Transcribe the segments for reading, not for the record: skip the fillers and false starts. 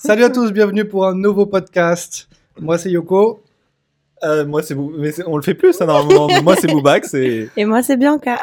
Salut à tous, bienvenue pour un nouveau podcast. Moi c'est Yoko. Moi c'est mais on le fait plus ça normalement. Moi c'est Boubax et moi c'est Bianca.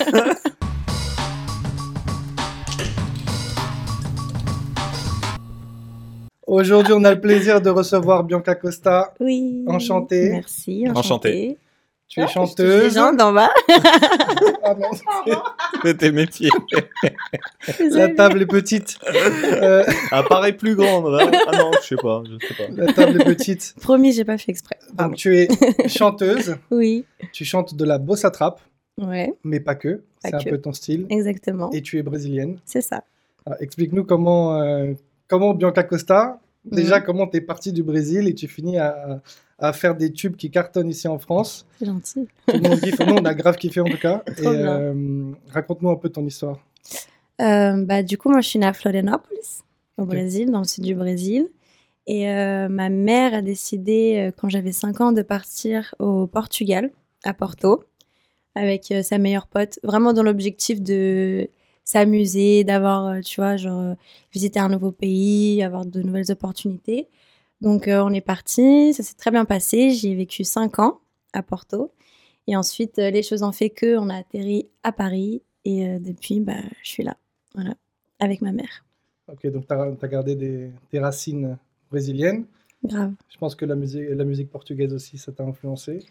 Aujourd'hui on a le plaisir de recevoir Bianca Costa. Oui. Enchantée. Merci, Enchantée. Tu es chanteuse. Les gens d'en bas. Ah non, c'était mes pieds. la table est petite. Apparaît plus grande. Là. Ah non, je sais pas. La table est petite. Promis, j'ai pas fait exprès. Donc tu es chanteuse. Oui. Tu chantes de la bossa trap, Ouais, mais pas que. C'est un peu ton style. exactement. Et tu es brésilienne. C'est ça. Alors, explique-nous comment Bianca Costa, déjà comment tu es partie du Brésil et tu finis à faire des tubes qui cartonnent ici en France. C'est gentil. Tout le monde kiffe, nous on a grave kiffé en tout cas. Trop bien. Raconte-nous un peu ton histoire. Du coup, moi je suis née à Florianópolis, au Brésil, dans le sud du Brésil. Et ma mère a décidé, quand j'avais 5 ans, de partir au Portugal, à Porto, avec sa meilleure pote, vraiment dans l'objectif de s'amuser, d'avoir, tu vois, genre, visiter un nouveau pays, avoir de nouvelles opportunités. Donc, on est parti, ça s'est très bien passé. J'y ai vécu 5 ans à Porto. Et ensuite, les choses ont fait qu'on a atterri à Paris. Et depuis, je suis là, voilà, avec ma mère. Ok, donc tu as gardé tes racines brésiliennes. Grave. Je pense que la musique portugaise aussi, ça t'a influencé.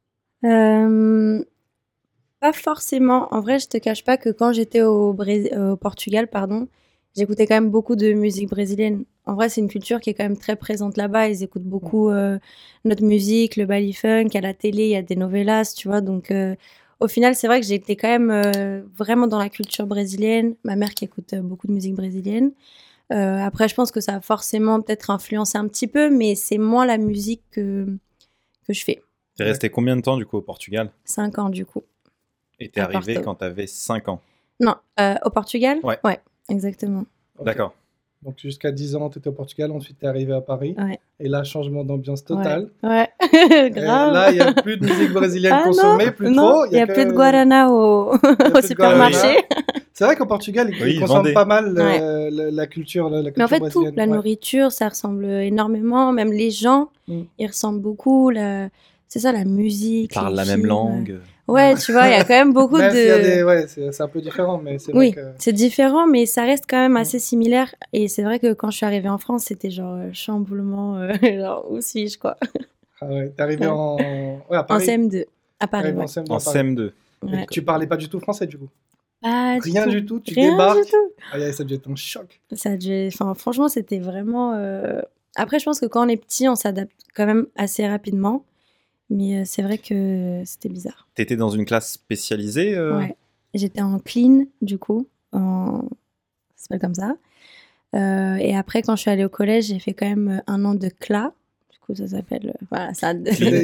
Pas forcément. En vrai, je te cache pas que quand j'étais au Portugal, j'écoutais quand même beaucoup de musique brésilienne. En vrai, c'est une culture qui est quand même très présente là-bas. Ils écoutent beaucoup notre musique, le baile funk, à la télé, il y a des novelas, tu vois. Donc, au final, c'est vrai que j'étais quand même vraiment dans la culture brésilienne. Ma mère qui écoute beaucoup de musique brésilienne. Après, je pense que ça a forcément peut-être influencé un petit peu, mais c'est moins la musique que je fais. T'es resté combien de temps du coup au Portugal? 5 ans du coup. Et t'es arrivé quand t'avais 5 ans? Non, au Portugal? Ouais, exactement. Okay. D'accord. Donc jusqu'à 10 ans, tu étais au Portugal, ensuite tu es arrivé à Paris. Ouais. Et là, changement d'ambiance totale. Ouais. Grave. Là, il n'y a plus de musique brésilienne consommée, plus non, trop. Il n'y a plus de guarana au supermarché. C'est vrai qu'au Portugal, ils consomment pas mal la culture brésilienne. Mais en fait, tout, la nourriture, ça ressemble énormément. Même les gens, ils ressemblent beaucoup. C'est ça, la musique. Ils parlent la même langue. Ouais, tu vois, il y a quand même beaucoup de... c'est un peu différent, mais c'est vrai que... c'est différent, mais ça reste quand même assez similaire. Et c'est vrai que quand je suis arrivée en France, c'était genre chamboulement, genre, où suis-je, quoi. Ah ouais, t'es arrivée à Paris. En CM2, à Paris. En CM2. Ouais. Tu parlais pas du tout français, du coup? Rien du tout, tu Rien débarques. Du tout. Ah, ça devait être un choc. Franchement, c'était vraiment... Après, je pense que quand on est petit, on s'adapte quand même assez rapidement. Mais c'est vrai que c'était bizarre. T'étais dans une classe spécialisée Ouais. J'étais en clean, du coup. Ça s'appelle comme ça. Et après, quand je suis allée au collège, j'ai fait quand même 1 an de CLA. Du coup, ça s'appelle... Voilà, ça...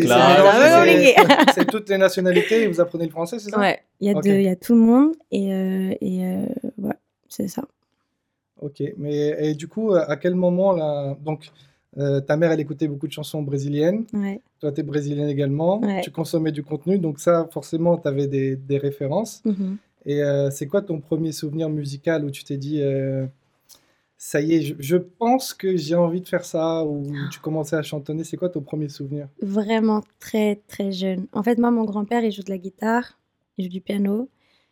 C'est toutes les nationalités et vous apprenez le français, c'est ça? Ouais, il y a tout le monde. Et ouais, c'est ça. Ok, et du coup, à quel moment, là... Donc, ta mère, elle écoutait beaucoup de chansons brésiliennes. Ouais. Toi, tu es brésilienne également. Ouais. Tu consommais du contenu. Donc ça, forcément, tu avais des références. Mm-hmm. Et c'est quoi ton premier souvenir musical où tu t'es dit, ça y est, je pense que j'ai envie de faire ça, ou tu commençais à chantonner? C'est quoi ton premier souvenir? Vraiment très, très jeune. En fait, moi, mon grand-père, il joue de la guitare, il joue du piano.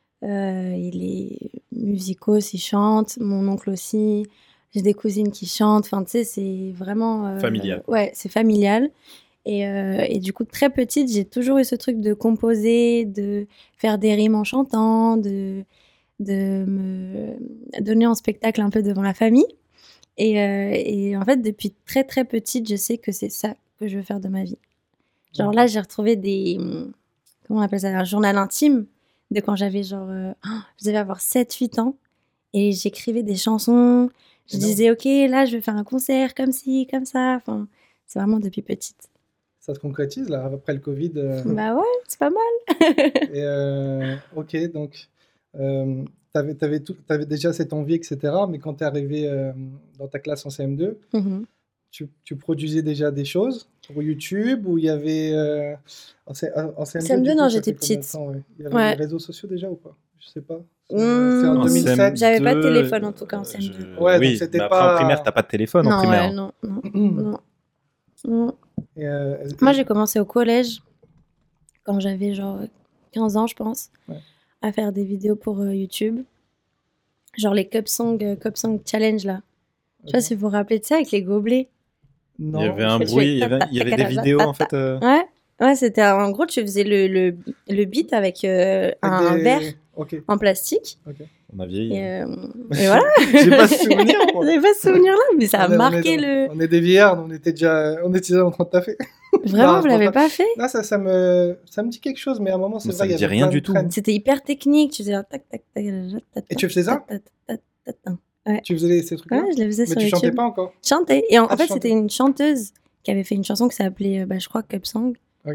Il est musicos, il chante. Mon oncle aussi. J'ai des cousines qui chantent. Enfin, tu sais, c'est vraiment... familial. Ouais, c'est familial. Et du coup, très petite, j'ai toujours eu ce truc de composer, de faire des rimes en chantant, de me donner en spectacle un peu devant la famille. Et en fait, depuis très, très petite, je sais que c'est ça que je veux faire de ma vie. Genre là, j'ai retrouvé comment on appelle ça? Un journal intime de quand j'avais je devais avoir 7-8 ans. Et j'écrivais des chansons. Je disais, OK, là, je vais faire un concert comme ci, comme ça. Enfin, c'est vraiment depuis petite. Ça se concrétise, là, après le Covid? Bah ouais, c'est pas mal. Et ok, donc, t'avais déjà cette envie, etc. Mais quand t'es arrivé dans ta classe en CM2, tu produisais déjà des choses pour YouTube, ou il y avait... en CM2, CM2, non, j'étais petite. Il y avait les réseaux sociaux déjà ou pas? Je sais pas. C'est Hmm, en En 2007. J'avais pas de CM2, téléphone, en tout cas, en CM2. Ouais, donc oui, c'était mais après, pas- en primaire, t'as pas de téléphone en Non, primaire. ouais, non, non, non, non. Et, Moi, j'ai commencé au collège, quand j'avais genre 15 ans, je pense, Ouais. à faire des vidéos pour YouTube. Genre les Cup Song Challenge, là. Je sais pas si vous vous rappelez de ça, avec les gobelets. Non. Il y avait un je bruit, fais il y avait des vidéos en fait. Ouais, ouais, c'était en gros, tu faisais le beat avec un verre Ok. en plastique. On a vieilli. Et voilà. J'ai pas ce souvenir. moi. J'avais pas ce souvenir-là, mais ça a On est- on est marqué dans- le. On est des vieillards, on était déjà en train de taffer. Vraiment, Non, vous je l'avez pense pas fait? Là, ça me dit quelque chose, mais à un moment, c'est Moi, vrai, ça il y me dit avait rien plein du de tout. trends. C'était hyper technique. Tu faisais un tac, tac, tac. Et tu faisais ça? Ouais. Tu faisais ces trucs-là? Ouais, je le faisais Mais sur tu YouTube. chantais pas encore? Je chantais. Et en Ah, tu fait, chantais. c'était une chanteuse qui avait fait une chanson qui s'appelait, je crois, Cup Song. Ok.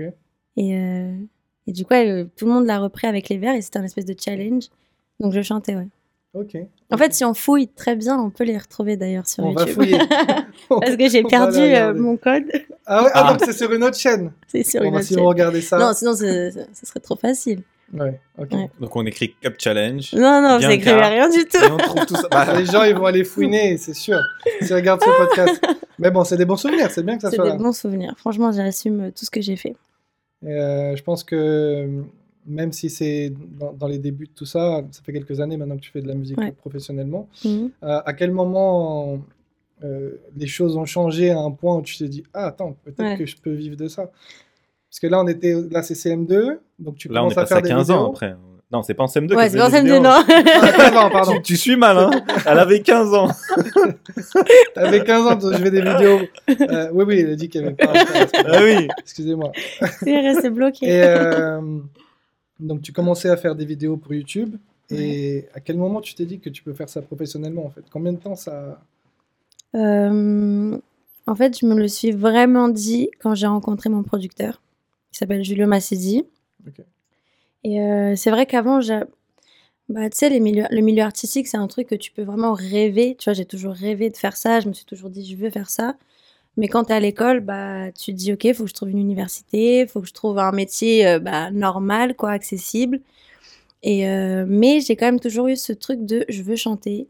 Et du coup, tout le monde l'a repris avec les vers et c'était un espèce de challenge. Donc, je chantais, ouais. Ok. En fait, si on fouille très bien, on peut les retrouver d'ailleurs sur On YouTube. va fouiller. Parce que j'ai On va perdu aller regarder. mon code. Ah ouais, Ah. donc c'est sur une autre chaîne. C'est sur Bon, une bah, autre si chaîne. vous regardez ça. Non, sinon, ce serait trop facile. Ouais, ok. Ouais. Donc on écrit Cup Challenge. Non, non, vous Bianca. n'écrivez rien du tout. Et on trouve tout ça. Bah, Les gens, ils vont aller fouiner, c'est sûr. S'ils regardent ce podcast. Mais bon, c'est des bons souvenirs, c'est bien que ça C'est soit des là. bons souvenirs. Franchement, j'assume tout ce que j'ai fait. Et, je pense que même si c'est dans les débuts de tout ça, ça fait quelques années maintenant que tu fais de la musique Ouais. professionnellement. Mhm. À quel moment les choses ont changé à un point où tu t'es dit, ah attends, peut-être Ouais. que je peux vivre de ça. Parce que là c'est CM2, donc tu là, on est commences à passé faire à des 15 vidéos. ans après. Non, c'est pas en CM2 Ouais, que c'est pas faisais des celle de vidéos. non. Ah, 15 ans, pardon. Tu suis mal, hein. Elle avait 15 ans. Avec 15 ans, je fais des vidéos. Oui, oui, elle a dit qu'il n'y avait pas. Ah oui. Excusez-moi. Il est resté bloqué. Et donc, tu commençais à faire des vidéos pour YouTube. Et à quel moment tu t'es dit que tu peux faire ça professionnellement, en fait? Combien de temps ça... En fait, je me le suis vraiment dit quand j'ai rencontré mon producteur, qui s'appelle Julio Massidi. Ok. Et c'est vrai qu'avant, tu sais, le milieu artistique, c'est un truc que tu peux vraiment rêver. Tu vois, j'ai toujours rêvé de faire ça. Je me suis toujours dit, je veux faire ça. Mais quand tu es à l'école, tu te dis, OK, il faut que je trouve une université, il faut que je trouve un métier normal, quoi, accessible. Mais j'ai quand même toujours eu ce truc de, je veux chanter.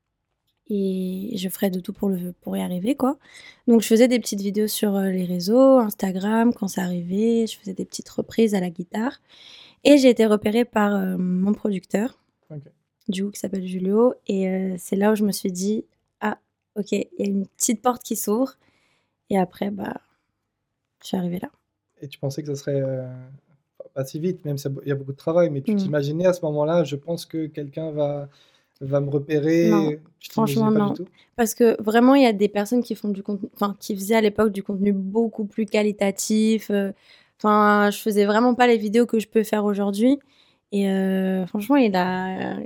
Et je ferai de tout pour y arriver, quoi. Donc, je faisais des petites vidéos sur les réseaux, Instagram, quand ça arrivait. Je faisais des petites reprises à la guitare. Et j'ai été repérée par mon producteur, Ok. du coup, qui s'appelle Julio. Et c'est là où je me suis dit, ah, OK, il y a une petite porte qui s'ouvre. Et après, je suis arrivée là. Et tu pensais que ça serait pas si vite, même s'il y a beaucoup de travail, mais tu Mm. t'imaginais à ce moment-là, je pense que quelqu'un va me repérer. Non, Tu franchement, t'imaginais pas non. du tout? Parce que vraiment, il y a des personnes qui font du contenu, qui faisaient à l'époque du contenu beaucoup plus qualitatif. Je faisais vraiment pas les vidéos que je peux faire aujourd'hui. Et franchement, il a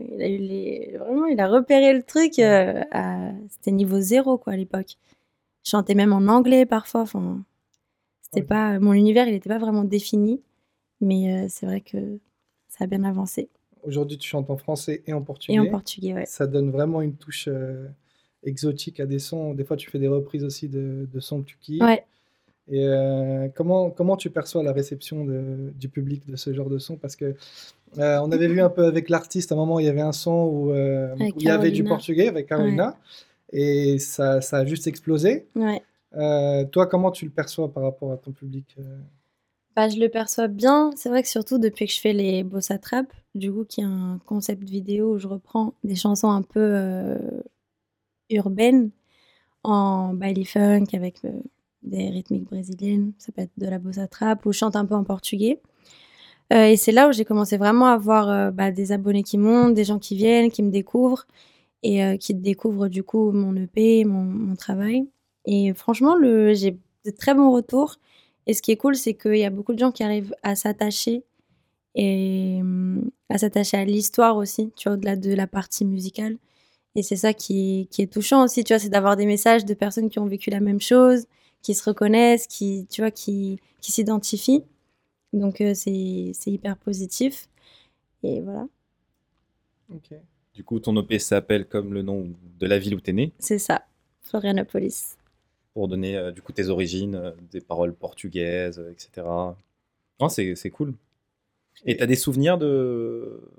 repéré le truc. C'était niveau 0, quoi, à l'époque. Je chantais même en anglais parfois. C'était Ok. pas, mon univers, il n'était pas vraiment défini. Mais c'est vrai que ça a bien avancé. Aujourd'hui, tu chantes en français et en portugais. Et en portugais, ouais. Ça donne vraiment une touche exotique à des sons. Des fois, tu fais des reprises aussi de sons que tu kiffes. Ouais. Et comment tu perçois la réception du public de ce genre de son? Parce que on avait vu un peu avec l'artiste, à un moment, il y avait un son où il y avait du Carolina. portugais avec Carolina. Et ça a juste explosé. Ouais. Toi, comment tu le perçois par rapport à ton public? Je le perçois bien. C'est vrai que surtout depuis que je fais les Bossa Trap, du coup, qui est un concept vidéo où je reprends des chansons un peu urbaines en baile funk avec des rythmiques brésiliennes. Ça peut être de la Bossa Trap ou je chante un peu en portugais. Et c'est là où j'ai commencé vraiment à avoir des abonnés qui montent, des gens qui viennent, qui me découvrent et qui découvrent du coup mon EP, mon travail. Et franchement, j'ai de très bons retours. Et ce qui est cool, c'est qu'il y a beaucoup de gens qui arrivent à s'attacher et à s'attacher à l'histoire aussi, tu vois, au-delà de la partie musicale. Et c'est ça qui est touchant aussi, tu vois, c'est d'avoir des messages de personnes qui ont vécu la même chose, qui se reconnaissent, qui s'identifient. Donc, c'est hyper positif. Et voilà, Ok. Du coup, ton EP s'appelle comme le nom de la ville où t'es né, c'est ça, Florianopolis. pour donner du coup tes origines, des paroles portugaises, etc. Non, c'est cool. Et t'as des souvenirs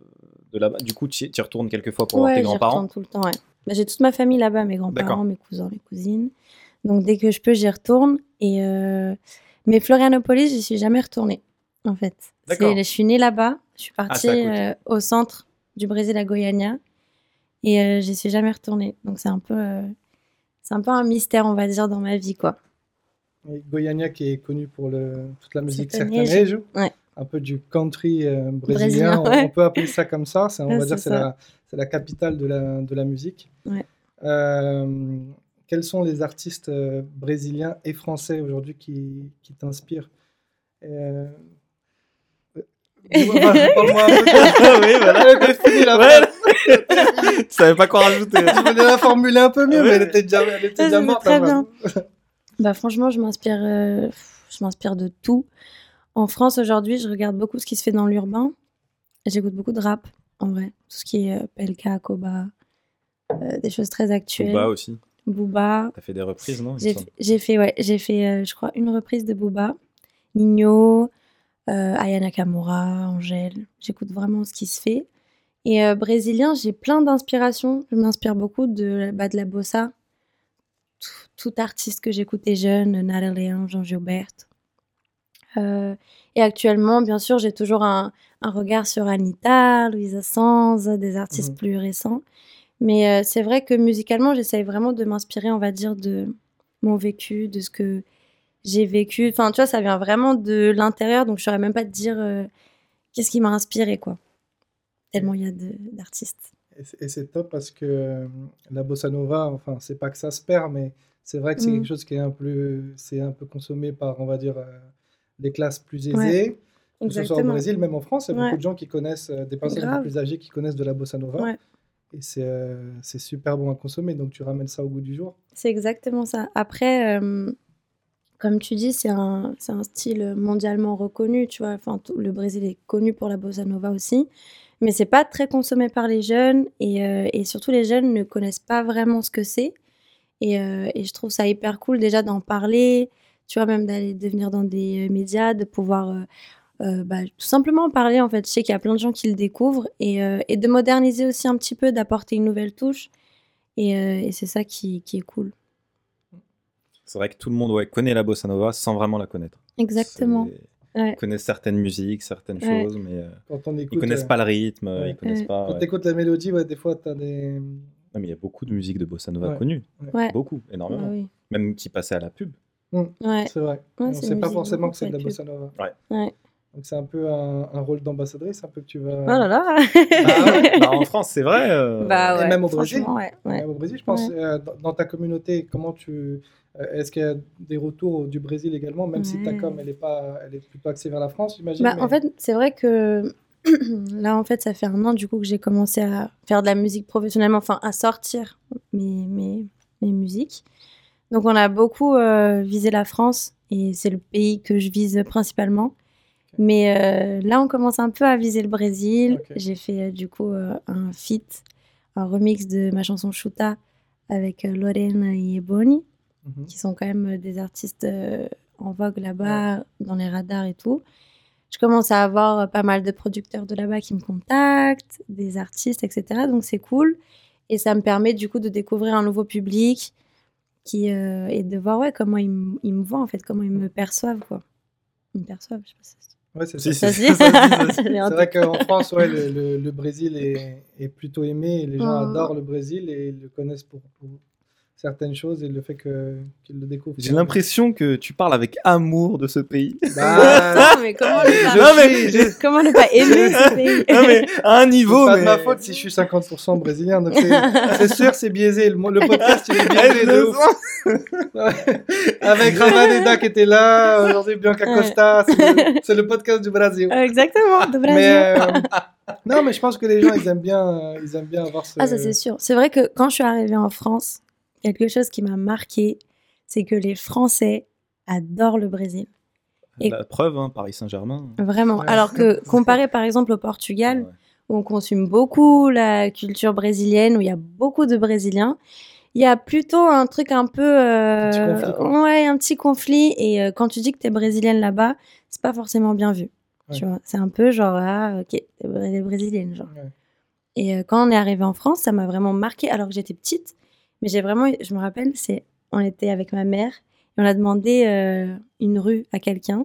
de là-bas. Du coup, tu y retournes quelques fois pour voir Ouais, tes j'y grands-parents. retourne tout le temps, ouais. Bah, j'ai toute ma famille là-bas, mes D'accord. grands-parents, mes cousins, mes cousines. Donc dès que je peux, j'y retourne. Mais Florianopolis, j'y suis jamais retournée, en fait. D'accord. Je suis née là-bas. Je suis Ah, partie c'est à côté. au centre du Brésil, à Goiânia. Et j'y suis jamais retournée. Donc c'est un peu un mystère, on va dire, dans ma vie, quoi. Et Goiânia qui est connu pour toute la musique Sertanejo. sertanejo, Ouais. un peu du country brésilien, Brésilien, ouais. on peut appeler ça comme ça, on Ouais, va dire c'est que ça. c'est la capitale de la musique. Ouais. Quels sont les artistes brésiliens et français aujourd'hui qui t'inspirent? Dis-moi, parle-moi un peu. Oui, voilà. Elle était finie, la Ouais. phrase. Tu savais pas quoi rajouter. Je voulais la formuler un peu mieux, Ouais. mais elle était déjà c'est morte. très la phrase. Bah franchement, je m'inspire de tout. En France aujourd'hui, je regarde beaucoup ce qui se fait dans l'urbain. J'écoute beaucoup de rap, en vrai. Tout ce qui est PLK, Koba, des choses très actuelles. Booba aussi. Booba. T'as fait des reprises, non? il me semble. J'ai fait, je crois, une reprise de Booba. Nino, Aya Nakamura, Angèle. J'écoute vraiment ce qui se fait. Et brésilien, j'ai plein d'inspirations. Je m'inspire beaucoup de la bossa. Tout artiste que j'écoutais jeune, Nara Leão, Jean Gilberto. Et actuellement, bien sûr, j'ai toujours un regard sur Anitta, Luisa Sonz, des artistes plus récents. Mais c'est vrai que musicalement, j'essaye vraiment de m'inspirer, on va dire, de mon vécu, de ce que j'ai vécu. Enfin, tu vois, ça vient vraiment de l'intérieur, donc je saurais même pas te dire qu'est-ce qui m'a inspiré, quoi. Tellement il y a d'artistes. Et c'est top parce que la bossa nova, enfin, c'est pas que ça se perd, mais c'est vrai que c'est quelque chose qui est c'est un peu consommé par, on va dire, les classes plus aisées. Que ce soit au Exactement. Brésil, même en France, il y a Ouais. beaucoup de gens qui connaissent, des personnes un peu Grave. plus âgées qui connaissent de la bossa nova. Ouais. Et c'est super bon à consommer, donc tu ramènes ça au goût du jour. C'est exactement ça. Après, comme tu dis, c'est un style mondialement reconnu, tu vois. Enfin, le Brésil est connu pour la bossa nova aussi. Mais c'est pas très consommé par les jeunes. Et surtout, les jeunes ne connaissent pas vraiment ce que c'est. Et je trouve ça hyper cool déjà d'en parler. Tu vois, même de venir dans des médias, de pouvoir tout simplement en parler, en fait. Je sais qu'il y a plein de gens qui le découvrent. Et de moderniser aussi un petit peu, d'apporter une nouvelle touche. Et c'est ça qui est cool. C'est vrai que tout le monde connaît la bossa nova sans vraiment la connaître. Exactement. Ouais. Ils connaissent certaines musiques, certaines Ouais. choses, mais Quand on écoute, ils connaissent pas le rythme, ouais. ils connaissent pas. Quand tu écoutes la mélodie, des fois, tu as des. Non, mais il y a beaucoup de musiques de bossa nova Ouais. connues. Ouais. Beaucoup, énormément. Ah oui. Même qui passaient à la pub. Ouais. C'est vrai. Ouais, On c'est sait une pas musique forcément beaucoup que c'est de la plus bossa nova. Ouais. Donc c'est un peu un rôle d'ambassadrice, un peu que tu vas. Oh là là. En France, c'est vrai. Bah ouais. Et même au Brésil. Franchement, ouais. Même au Brésil, je pense. Dans ta communauté, est-ce qu'il y a des retours du Brésil également, même si ta com, elle est plutôt axée vers la France, j'imagine. En fait, c'est vrai que là, en fait, ça fait 1 an du coup que j'ai commencé à faire de la musique professionnellement, enfin à sortir mes musiques. Donc on a beaucoup visé la France et c'est le pays que je vise principalement. Mais là, on commence un peu à viser le Brésil. Ok. J'ai fait du coup un feat, un remix de ma chanson Chuta avec Lorena et Ebony, qui sont quand même des artistes en vogue là-bas, dans les radars et tout. Je commence à avoir pas mal de producteurs de là-bas qui me contactent, des artistes, etc. Donc c'est cool. Et ça me permet du coup de découvrir un nouveau public et de voir comment ils me voient, en fait, comment ils me perçoivent, quoi. Ils me perçoivent, je sais pas si Ouais, c'est Si, ça. si, ça se dit. ça se dit. C'est vrai qu'en France, le Brésil est plutôt aimé. Et les gens adorent le Brésil et le connaissent pour certaines choses et le fait qu'ils le découvrent. J'ai l'impression que tu parles avec amour de ce pays. Bah, Non, mais comment ne Non, pas, mais comment ne pas aimer ce pays? non, mais à un niveau. c'est pas mais... de ma faute si je suis 50% brésilien. Donc c'est sûr, c'est biaisé. Le podcast, il est biaisé de ouf. Avec Ravaneda qui était là, aujourd'hui Bianca Costa, c'est le podcast du Brésil. Exactement, de Brésil. Mais non, mais je pense que les gens ils aiment bien avoir ce. Ah, ça c'est sûr. C'est vrai que quand je suis arrivée en France, quelque chose qui m'a marqué, c'est que les Français adorent le Brésil. Et- La preuve, Paris Saint-Germain. Vraiment. Ouais. Alors que comparé par exemple au Portugal, Ouais. où on consomme beaucoup la culture brésilienne, où il y a beaucoup de Brésiliens, il y a plutôt un truc un peu... petit conflit, quoi. Ouais, un petit conflit. Et quand tu dis que t'es brésilienne là-bas, c'est pas forcément bien vu. Ouais. Tu vois, c'est un peu genre, ah, ok, t'es brésilienne, genre. Ouais. Et quand on est arrivé en France, ça m'a vraiment marqué alors que j'étais petite. Mais je me rappelle, on était avec ma mère et on a demandé une rue à quelqu'un,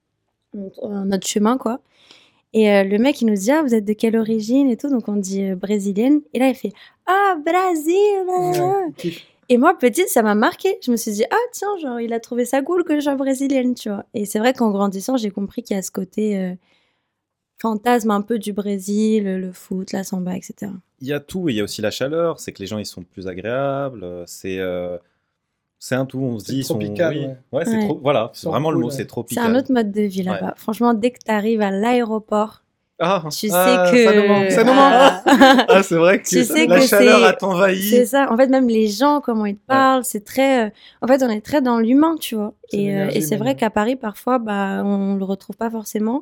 notre chemin quoi. Et le mec il nous dit vous êtes de quelle origine et tout, donc on dit brésilienne. Et là il fait Brésil. Ouais. Et moi petite ça m'a marqué. Je me suis dit tiens, genre il a trouvé ça cool que je sois brésilienne, tu vois. Et c'est vrai qu'en grandissant j'ai compris qu'il y a ce côté fantasme un peu du Brésil, le foot, la samba, etc. Il y a tout, et il y a aussi la chaleur, c'est que les gens ils sont plus agréables, c'est un tout, on se C'est dit ils sont tropical, oui. ouais. Ouais, c'est Ouais. trop voilà, Ils c'est sont vraiment le cool, mot, ouais. c'est C'est tropical. un autre mode de vie là-bas. Franchement, dès que tu arrives à l'aéroport, tu sais que... ça nous manque, ça nous manque. Ah, c'est vrai que Tu sais la que chaleur a c'est t'envahi. ça. En fait, même les gens, comment ils te parlent, c'est très... En fait, on est très dans l'humain, tu vois. C'est Et l'énergie c'est vrai humaine. qu'à Paris, parfois, on le retrouve pas forcément.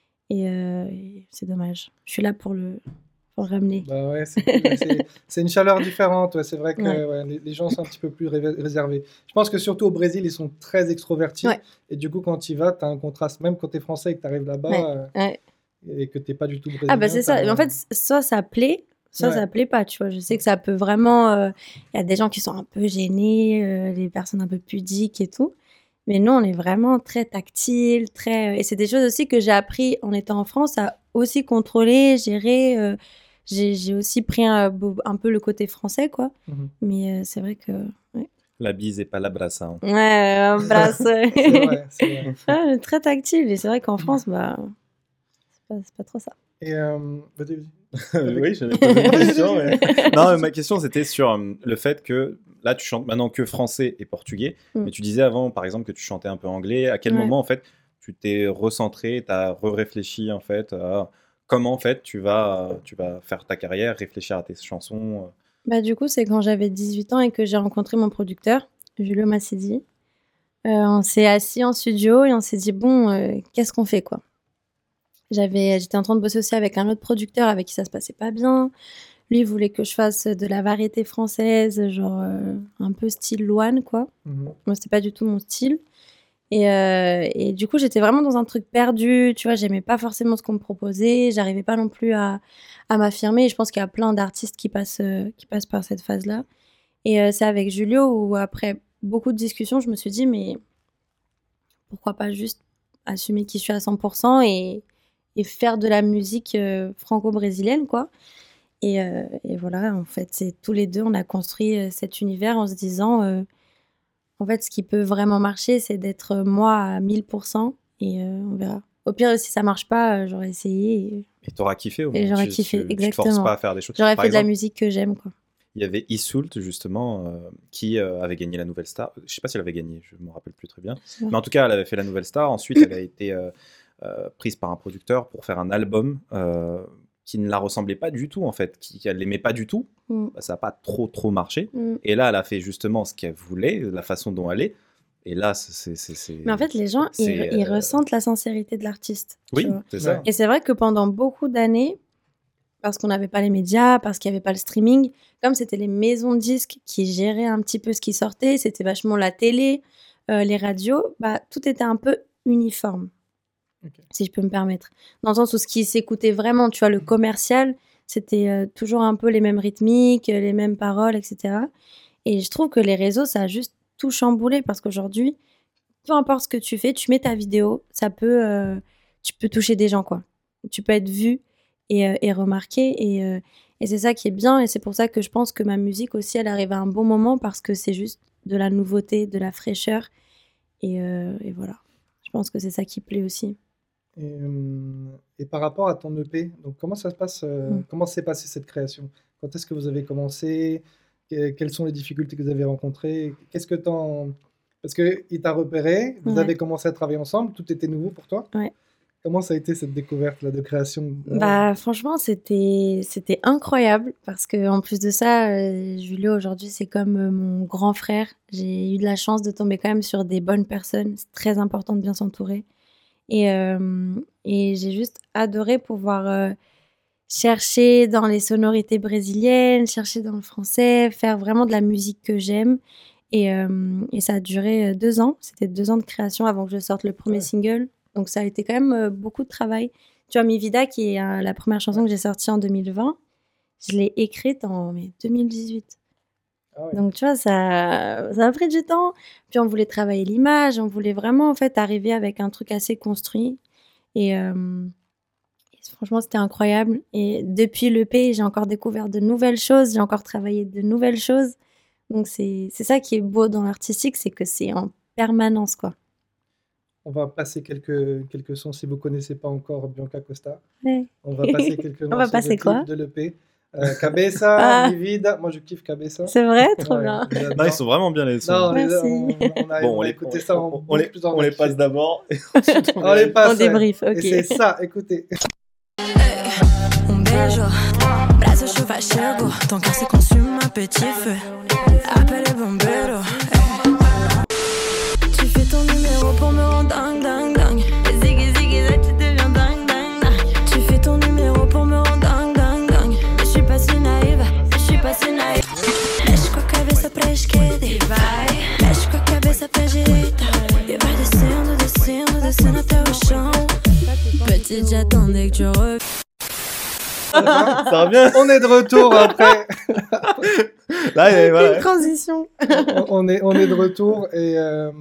Et c'est dommage. Je suis là pour le ramener. Bah ouais, c'est cool. C'est une chaleur différente. Ouais. C'est vrai que Ouais. ouais, les gens sont un petit peu plus réservés. Je pense que surtout au Brésil, ils sont très extrovertis. Ouais. Et du coup, quand tu y vas, tu as un contraste. Même quand tu es français et que tu arrives là-bas Ouais. et que tu n'es pas du tout brésilien. Bah c'est ça. En fait, soit ça plaît, soit Ouais. ça plaît pas, tu vois. Je sais que ça peut vraiment... Il y a des gens qui sont un peu gênés, les personnes un peu pudiques et tout. Mais nous, on est vraiment très tactile, très... Et c'est des choses aussi que j'ai appris en étant en France à aussi contrôler, gérer. J'ai aussi pris un peu le côté français, quoi. Mhm. Mais c'est vrai que... Ouais, La bise et pas la brasse. Hein. un brasse. C'est vrai, c'est vrai. Ouais, très tactile. Et c'est vrai qu'en France, c'est pas trop ça. Et vas-y. Oui, j'avais posé une question. Mais... Non, mais ma question c'était sur le fait que là tu chantes maintenant que français et portugais, mais tu disais avant par exemple que tu chantais un peu anglais. À quel moment en fait tu t'es recentré, tu as réfléchi en fait à comment en fait tu vas faire ta carrière, réfléchir à tes chansons Du coup, c'est quand j'avais 18 ans et que j'ai rencontré mon producteur, Julio Massidi. On s'est assis en studio et on s'est dit bon, qu'est-ce qu'on fait quoi. J'étais en train de bosser aussi avec un autre producteur avec qui ça se passait pas bien. Lui il voulait que je fasse de la variété française, genre un peu style Louane quoi. Moi c'était pas du tout mon style. Et du coup j'étais vraiment dans un truc perdu, tu vois, j'aimais pas forcément ce qu'on me proposait, j'arrivais pas non plus à m'affirmer. Et je pense qu'il y a plein d'artistes qui passent par cette phase-là. Et c'est avec Julio où après beaucoup de discussions, je me suis dit mais pourquoi pas juste assumer qui je suis à 100% et faire de la musique franco-brésilienne, quoi. Et voilà, en fait, c'est tous les deux, on a construit cet univers en se disant, en fait, ce qui peut vraiment marcher, c'est d'être moi à 1000% et on verra. Au pire, si ça marche pas, j'aurais essayé. Et t'auras kiffé au Et moins. j'aurais kiffé, Tu te exactement. forces pas à faire des choses. J'aurais Par fait de la exemple, musique que j'aime, quoi. il y avait Issoult justement qui avait gagné la Nouvelle Star. Je sais pas si elle avait gagné, je me rappelle plus très bien. Mais en tout cas, elle avait fait la Nouvelle Star. Ensuite, elle a été prise par un producteur pour faire un album qui ne la ressemblait pas du tout en fait, qu'elle l'aimait pas du tout. Ça n'a pas trop marché. Et là, elle a fait justement ce qu'elle voulait, la façon dont elle est. Et là, c'est... Mais en fait, les gens, ils ressentent la sincérité de l'artiste. Oui, c'est ça. Et c'est vrai que pendant beaucoup d'années, parce qu'on n'avait pas les médias, parce qu'il n'y avait pas le streaming, comme c'était les maisons de disques qui géraient un petit peu ce qui sortait, c'était vachement la télé, les radios, tout était un peu uniforme, si je peux me permettre. Dans le sens où ce qui s'écoutait vraiment, tu vois, le commercial, c'était toujours un peu les mêmes rythmiques, les mêmes paroles, etc. Et je trouve que les réseaux, ça a juste tout chamboulé parce qu'aujourd'hui, peu importe ce que tu fais, tu mets ta vidéo, tu peux toucher des gens, quoi. Tu peux être vu et remarqué et c'est ça qui est bien et c'est pour ça que je pense que ma musique aussi, elle arrive à un bon moment parce que c'est juste de la nouveauté, de la fraîcheur et voilà. Je pense que c'est ça qui plaît aussi. Et par rapport à ton EP, donc comment ça se passe comment s'est passée cette création? Quand est-ce que vous avez commencé? Quelles sont les difficultés que vous avez rencontrées? Qu'est-ce que Parce qu'il t'a repéré, vous avez commencé à travailler ensemble, tout était nouveau pour toi. Ouais. Comment ça a été cette découverte là, de création? Franchement, c'était incroyable parce que en plus de ça, Julio aujourd'hui c'est comme mon grand frère. J'ai eu de la chance de tomber quand même sur des bonnes personnes. C'est très important de bien s'entourer. Et j'ai juste adoré pouvoir chercher dans les sonorités brésiliennes, chercher dans le français, faire vraiment de la musique que j'aime. Et ça a duré 2 ans. C'était 2 ans de création avant que je sorte le premier single. Donc ça a été quand même beaucoup de travail. Tu vois, Mi Vida, qui est la première chanson que j'ai sortie en 2020, je l'ai écrite en 2018. Ah ouais. Donc, tu vois, ça a pris du temps. Puis, on voulait travailler l'image. On voulait vraiment, en fait, arriver avec un truc assez construit. Et franchement, c'était incroyable. Et depuis l'EP, j'ai encore découvert de nouvelles choses. J'ai encore travaillé de nouvelles choses. Donc, c'est ça qui est beau dans l'artistique, c'est que c'est en permanence, quoi. On va passer quelques sons si vous ne connaissez pas encore Bianca Costa. Ouais. On va passer quelques On va morceaux passer de clip quoi de l'EP. Cabeza, Ah. Mi Vida. Moi, je kiffe Cabeza. C'est vrai, trop Ouais, bien. j'adore. Non, ils sont vraiment bien les sons. Non, Merci. on a écouté ça en on les, boucle pendant on les le passe clip. d'abord. On les passe. On débrief, ok. Et c'est ça, écoutez. Un beijo, braço chuva chego. Ton cœur se consume un petit feu. Appelle les bomberos. Tu fais ton numéro pour me rendre dingue, dingue, dingue. Ziggy, ziggy, là tu deviens dingue, dingue, dingue. Tu fais ton numéro pour me rendre dingue, dingue, dingue. Mais je suis pas si naïve, je suis pas si naïve. Mexe com a cabeça pra esquerda e vai. Mexe com a cabeça pra direita. E vai descendo, descendo, descendo até o chão. Petite, j'attendais que tu reviennes. Ça va bien. On est de retour après. Là, et voilà. Une transition. on est de retour. Et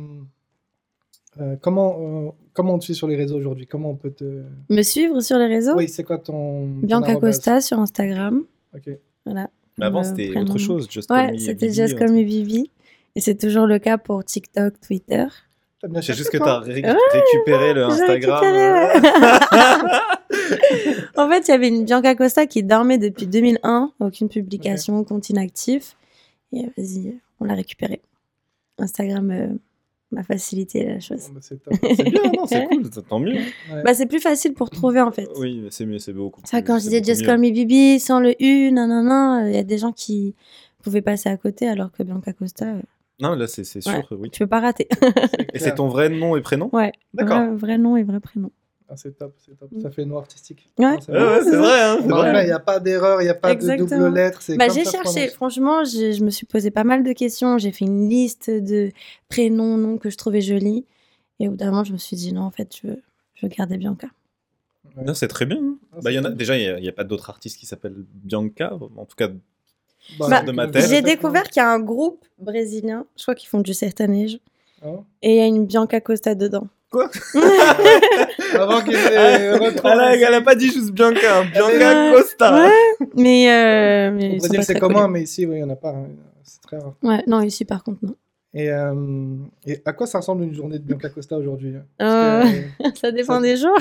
comment on te suit sur les réseaux aujourd'hui? Comment on peut te... Me suivre sur les réseaux? Oui, c'est quoi ton Bianca arrobase? Costa sur Instagram. Ok. Voilà. Mais avant, Comme, c'était prénom. autre chose. Just Call Ouais, Me c'était Bibi, Just Call Me Bibi. Et c'est toujours le cas pour TikTok, Twitter. T'as bien C'est cherché, juste que toi? tu as récupéré le J'ai Instagram. récupéré, En fait, il y avait une Bianca Costa qui dormait depuis 2001. Aucune publication, compte inactif. Et vas-y, on l'a récupéré. Instagram m'a facilité la chose. Bon, bah, c'est top. C'est bien, non, c'est cool, tant mieux. Ouais. Bah, c'est plus facile pour trouver, en fait. Oui, c'est mieux, c'est beaucoup. Ça, plus- quand je c'est disais beaucoup Just mieux. Call Me Bibi sans le U, nanana, il y a des gens qui pouvaient passer à côté, alors que Bianca Costa, Non, là, c'est sûr, Ouais. oui. tu peux pas rater. Et c'est ton vrai nom et prénom? Ouais, D'accord. vrai nom et vrai prénom. Ah, c'est top, c'est top. Ça fait noir artistique. Ouais. Non, c'est Ouais, vrai. ouais, c'est vrai, hein, c'est Non, vrai. il n'y a pas d'erreur, il n'y a pas Exactement. de double lettre. C'est Bah, comme j'ai ça se cherché, prononce. franchement, je me suis posé pas mal de questions. J'ai fait une liste de prénoms, noms que je trouvais jolis. Et au bout d'un moment, je me suis dit non, en fait, je veux garder Bianca. Ouais. Non, c'est très bien. hein. Ah, Bah, il y en a, cool. déjà, il n'y a pas d'autres artistes qui s'appellent Bianca. En tout cas, Bah, de ma tête. J'ai découvert qu'il y a un groupe brésilien, je crois qu'ils font du sertanejo, Ah. et il y a une Bianca Costa dedans. Avant qu'il ait retrouvé. elle a pas dit juste Bianca, hein, Bianca Ouais. Costa. Ouais, mais Au ils sont Brésil, pas c'est très commun, connus. mais ici, oui, il n'y en a pas. Hein. C'est très rare. Ouais, non, ici par contre, non. Et à quoi ça ressemble une journée de Bianca Costa aujourd'hui? Parce que, Ça dépend ça- des jours.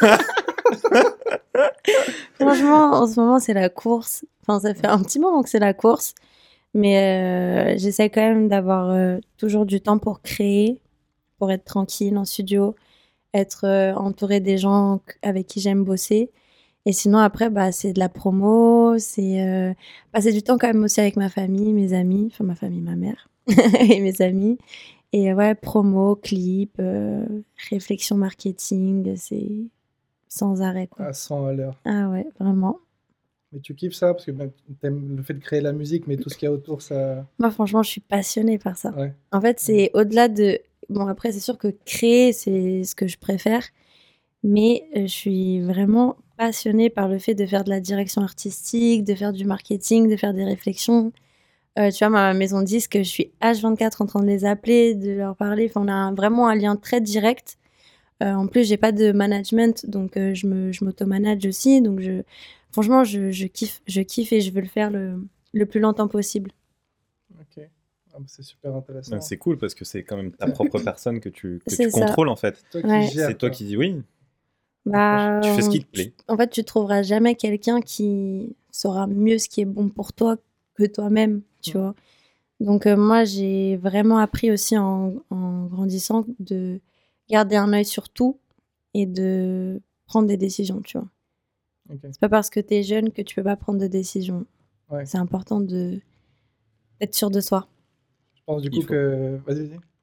Franchement, en ce moment, c'est la course. Enfin, ça fait un petit moment que c'est la course. Mais j'essaie quand même d'avoir toujours du temps pour créer, pour être tranquille en studio, être entourée des gens avec qui j'aime bosser. Et sinon, après, bah, c'est de la promo, c'est passer du temps quand même aussi avec ma famille, mes amis, enfin ma famille, ma mère et mes amis. Et ouais, promo, clip, réflexion marketing, c'est sans arrêt, quoi. à 100 à l'heure. Ah ouais, vraiment. Mais tu kiffes ça? Parce que ben, t'aimes le fait de créer la musique, mais tout ce qu'il y a autour, ça. Moi, franchement, je suis passionnée par ça. Ouais. En fait, c'est au-delà de... Bon, après, c'est sûr que créer, c'est ce que je préfère. Mais je suis vraiment passionnée par le fait de faire de la direction artistique, de faire du marketing, de faire des réflexions. Tu vois, ma maison de disque, je suis H24 en train de les appeler, de leur parler. Enfin, on a vraiment un lien très direct. En plus, j'ai pas de management, donc je m'auto-manage aussi. Donc, franchement, je kiffe et je veux le faire le plus longtemps possible. Ok. Ah, bah, c'est super intéressant. Ouais, c'est cool parce que c'est quand même ta propre personne que tu C'est ça. contrôles en fait. Toi qui Ouais. gères, C'est toi quoi. qui dis oui. Bah, Tu fais ce qui te plaît. En fait, tu trouveras jamais quelqu'un qui saura mieux ce qui est bon pour toi que toi-même, tu vois. Donc, moi, j'ai vraiment appris aussi en grandissant de garder un œil sur tout et de prendre des décisions, tu vois. Ok. C'est pas parce que t'es jeune que tu peux pas prendre de décisions. Ouais. C'est important d'être sûr de soi. Je pense du Il coup faut. que. Vas-y, vas-y.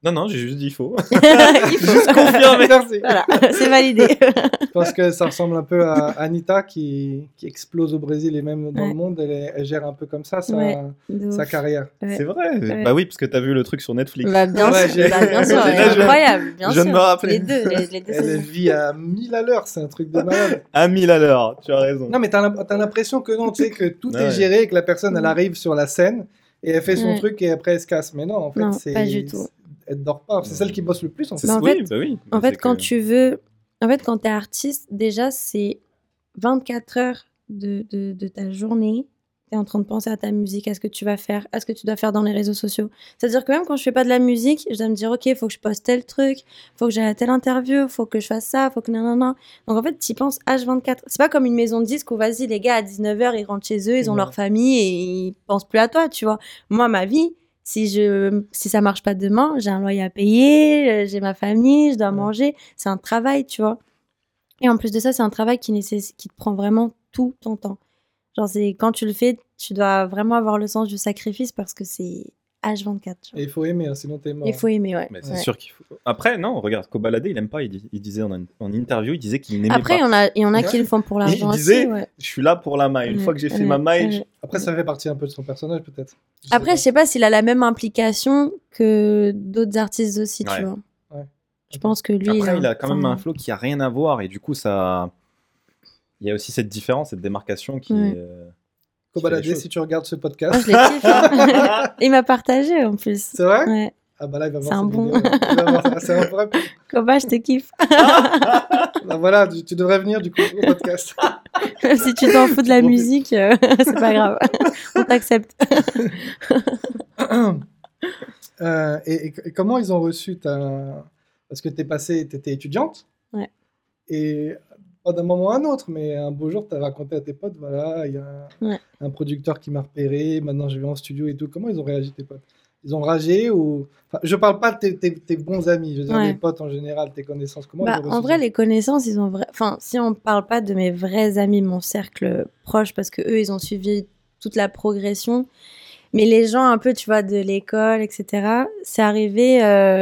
Non, j'ai juste dit faux. Il faut. Juste confirmer. Merci. Voilà, c'est validé. Je pense que ça ressemble un peu à Anitta qui explose au Brésil et même dans Ouais. le monde. Elle gère un peu comme ça Ouais, de sa ouf. carrière. Ouais. C'est vrai. Ouais. Bah oui, parce que t'as vu le truc sur Netflix. Bah, bien Ouais, sûr, bien sûr, Là, je- incroyable, bien je sûr. viens de me rappeler. Les deux Elle saisons. vit à 1000 à l'heure, c'est un truc de malade. À 1000 à l'heure, tu as raison. Non, mais t'as l'impression que non, tu sais, que tout Ouais. est géré et que la personne, elle Ouais. arrive sur la scène et elle fait son Ouais. truc et après elle se casse. Mais non, en fait, Non, c'est. pas du tout. Elle dort pas. C'est celle qui bosse le plus, en fait. Mais en oui, fait- bah oui. En Mais fait, c'est quand que- tu veux. En fait, quand t'es artiste, déjà, c'est 24 heures de ta journée. T'es en train de penser à ta musique, à ce que tu vas faire, à ce que tu dois faire dans les réseaux sociaux. C'est-à-dire que même quand je fais pas de la musique, je dois me dire, OK, il faut que je poste tel truc, faut que j'aille à telle interview, faut que je fasse ça, faut que nanana. Donc en fait, tu penses H24. C'est pas comme une maison de disques où, vas-y, les gars, à 19h, ils rentrent chez eux, ils ont Ouais. leur famille et ils pensent plus à toi, tu vois. Moi, ma vie, si ça marche pas demain, j'ai un loyer à payer, j'ai ma famille, je dois Ouais. manger. C'est un travail, tu vois. Et en plus de ça, c'est un travail qui te prend vraiment tout ton temps. Genre, c'est quand tu le fais, tu dois vraiment avoir le sens du sacrifice parce que c'est H24. tu vois. Et il faut aimer, hein, sinon t'es mort. Il faut aimer, ouais. Mais c'est Ouais. sûr qu'il faut. Après, non, regarde, Kobalade, il aime pas. Il disait en interview, il disait qu'il n'aimait Après, pas. il y en a qui Ouais. le font pour l'argent Il disait, aussi. Ouais. je suis là pour la maille. Une Ouais, fois que j'ai fait ouais, ma maille, ouais. Après, ça fait partie un peu de son personnage, peut-être. Après, je sais pas s'il a la même implication que d'autres artistes aussi, Ouais. tu vois. Ouais. Je pense que lui. Après, il a quand même enfin, un flow qui a rien à voir. Et du coup, ça. Il y a aussi cette différence, cette démarcation qui Ouais. est. Kobalade, qui fait des si tu regardes ce Moi, podcast. je l'ai kiffé. hein. Il m'a partagé en plus. C'est vrai Ouais. Ah bah là, il va C'est voir un cette bon. vidéo. Il va voir ça. C'est un vrai. Koba, je te kiffe. Bah voilà, tu devrais venir du coup au podcast. Même si tu t'en fous de la Profite. musique, c'est pas grave. On t'accepte. Et comment ils ont reçu ta... Parce que t'étais étudiante. Ouais. Et pas d'un moment à un autre, mais un beau jour, t'as raconté à tes potes, voilà, il y a Ouais. un producteur qui m'a repéré, maintenant je vais en studio et tout. Comment ils ont réagi, tes potes? Ils ont ragé ou... Enfin, je parle pas de tes bons amis, je veux dire Ouais. les potes en général, tes connaissances. Comment Bah, ils ont en reçu vrai, ça? les connaissances, ils ont Enfin, si on parle pas de mes vrais amis, mon cercle proche, parce que eux, ils ont suivi toute la progression. Mais les gens un peu, tu vois, de l'école, etc., c'est arrivé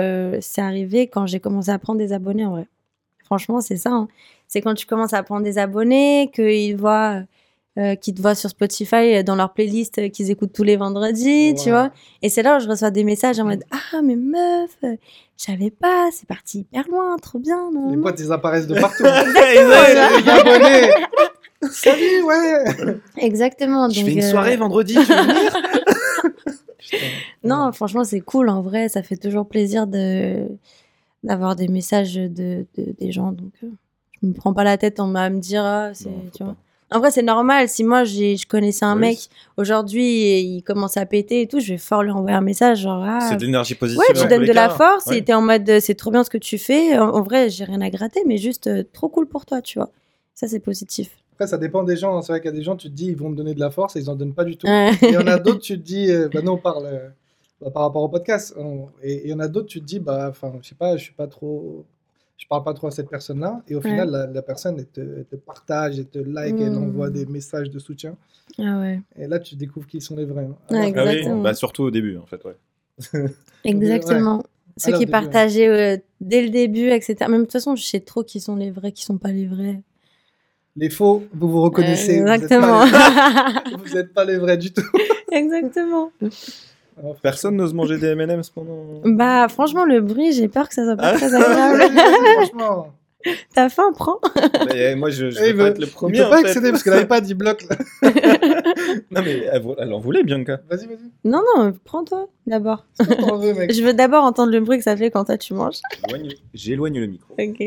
quand j'ai commencé à prendre des abonnés, en vrai. Franchement, c'est ça. Hein. C'est quand tu commences à prendre des abonnés, qu'ils te voient sur Spotify dans leur playlist qu'ils écoutent tous les vendredis, tu Ouais. vois. Et c'est là où je reçois des messages en mode « Ah, mais meuf, je savais pas, c'est parti hyper loin, trop bien. » Les potes, ils apparaissent de partout. Exactement. Les abonnés. Salut, ouais. Exactement. Je donc, fais une soirée vendredi, tu veux venir? Putain. Non, franchement, c'est cool. En vrai, ça fait toujours plaisir d'avoir des messages des gens. Donc, je me prends pas la tête à me dire, ah, c'est, Non, faut tu vois. pas. En vrai, c'est normal. Si moi, je connaissais un Oui. mec, aujourd'hui, il commence à péter et tout, je vais fort lui envoyer un message, genre, ah, C'est de l'énergie positive. ouais, tu dans donnes tous de les la cas. force Ouais. et t'es en mode, c'est trop bien ce que tu fais. En vrai, j'ai rien à gratter, mais juste trop cool pour toi, tu vois. Ça, c'est positif. Après, ça dépend des gens. C'est vrai qu'il y a des gens, tu te dis, ils vont me donner de la force et ils en donnent pas du tout. Ouais. Et il y en a d'autres, tu te dis, bah non, on parle par rapport au podcast. Et il y en a d'autres, tu te dis, bah, enfin, je sais pas, je parle pas trop à cette personne-là. Et au Ouais. final, la personne, elle te partage, elle te like, elle Mm. envoie des messages de soutien. Ah ouais. Et là, tu découvres qui sont les vrais. Hein. Ouais, Alors que- Ah oui, Exactement. bah surtout au début, en fait, ouais. Exactement. Ceux Alors, qui au début, partageaient dès le début, etc. Même de toute façon, je sais trop qui sont les vrais, qui sont pas les vrais. Les faux, vous vous reconnaissez. Exactement. Vous n'êtes pas les vrais du tout. Exactement. Alors, Personne n'ose manger des M&M's pendant. Bah, franchement, le bruit, j'ai peur que ça soit pas Ah. très vas-y, agréable. vas-y, franchement. T'as faim, prends. Mais, moi, je Eh, vais il pas veut- être le Il premier. peut pas en fait. accéder parce qu'elle n'avait pas 10 blocs. Là. Non, mais elle en voulait, Bianca. Vas-y, vas-y. Non, non, prends-toi d'abord. Qu'est-ce que t'en veux, mec? Je veux d'abord entendre le bruit que ça fait quand toi tu manges. J'éloigne le micro. Ok.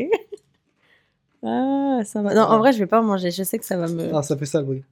Ah, ça va. Non, en vrai, je vais pas manger. Je sais que ça va me. Ah, ça fait ça le bruit.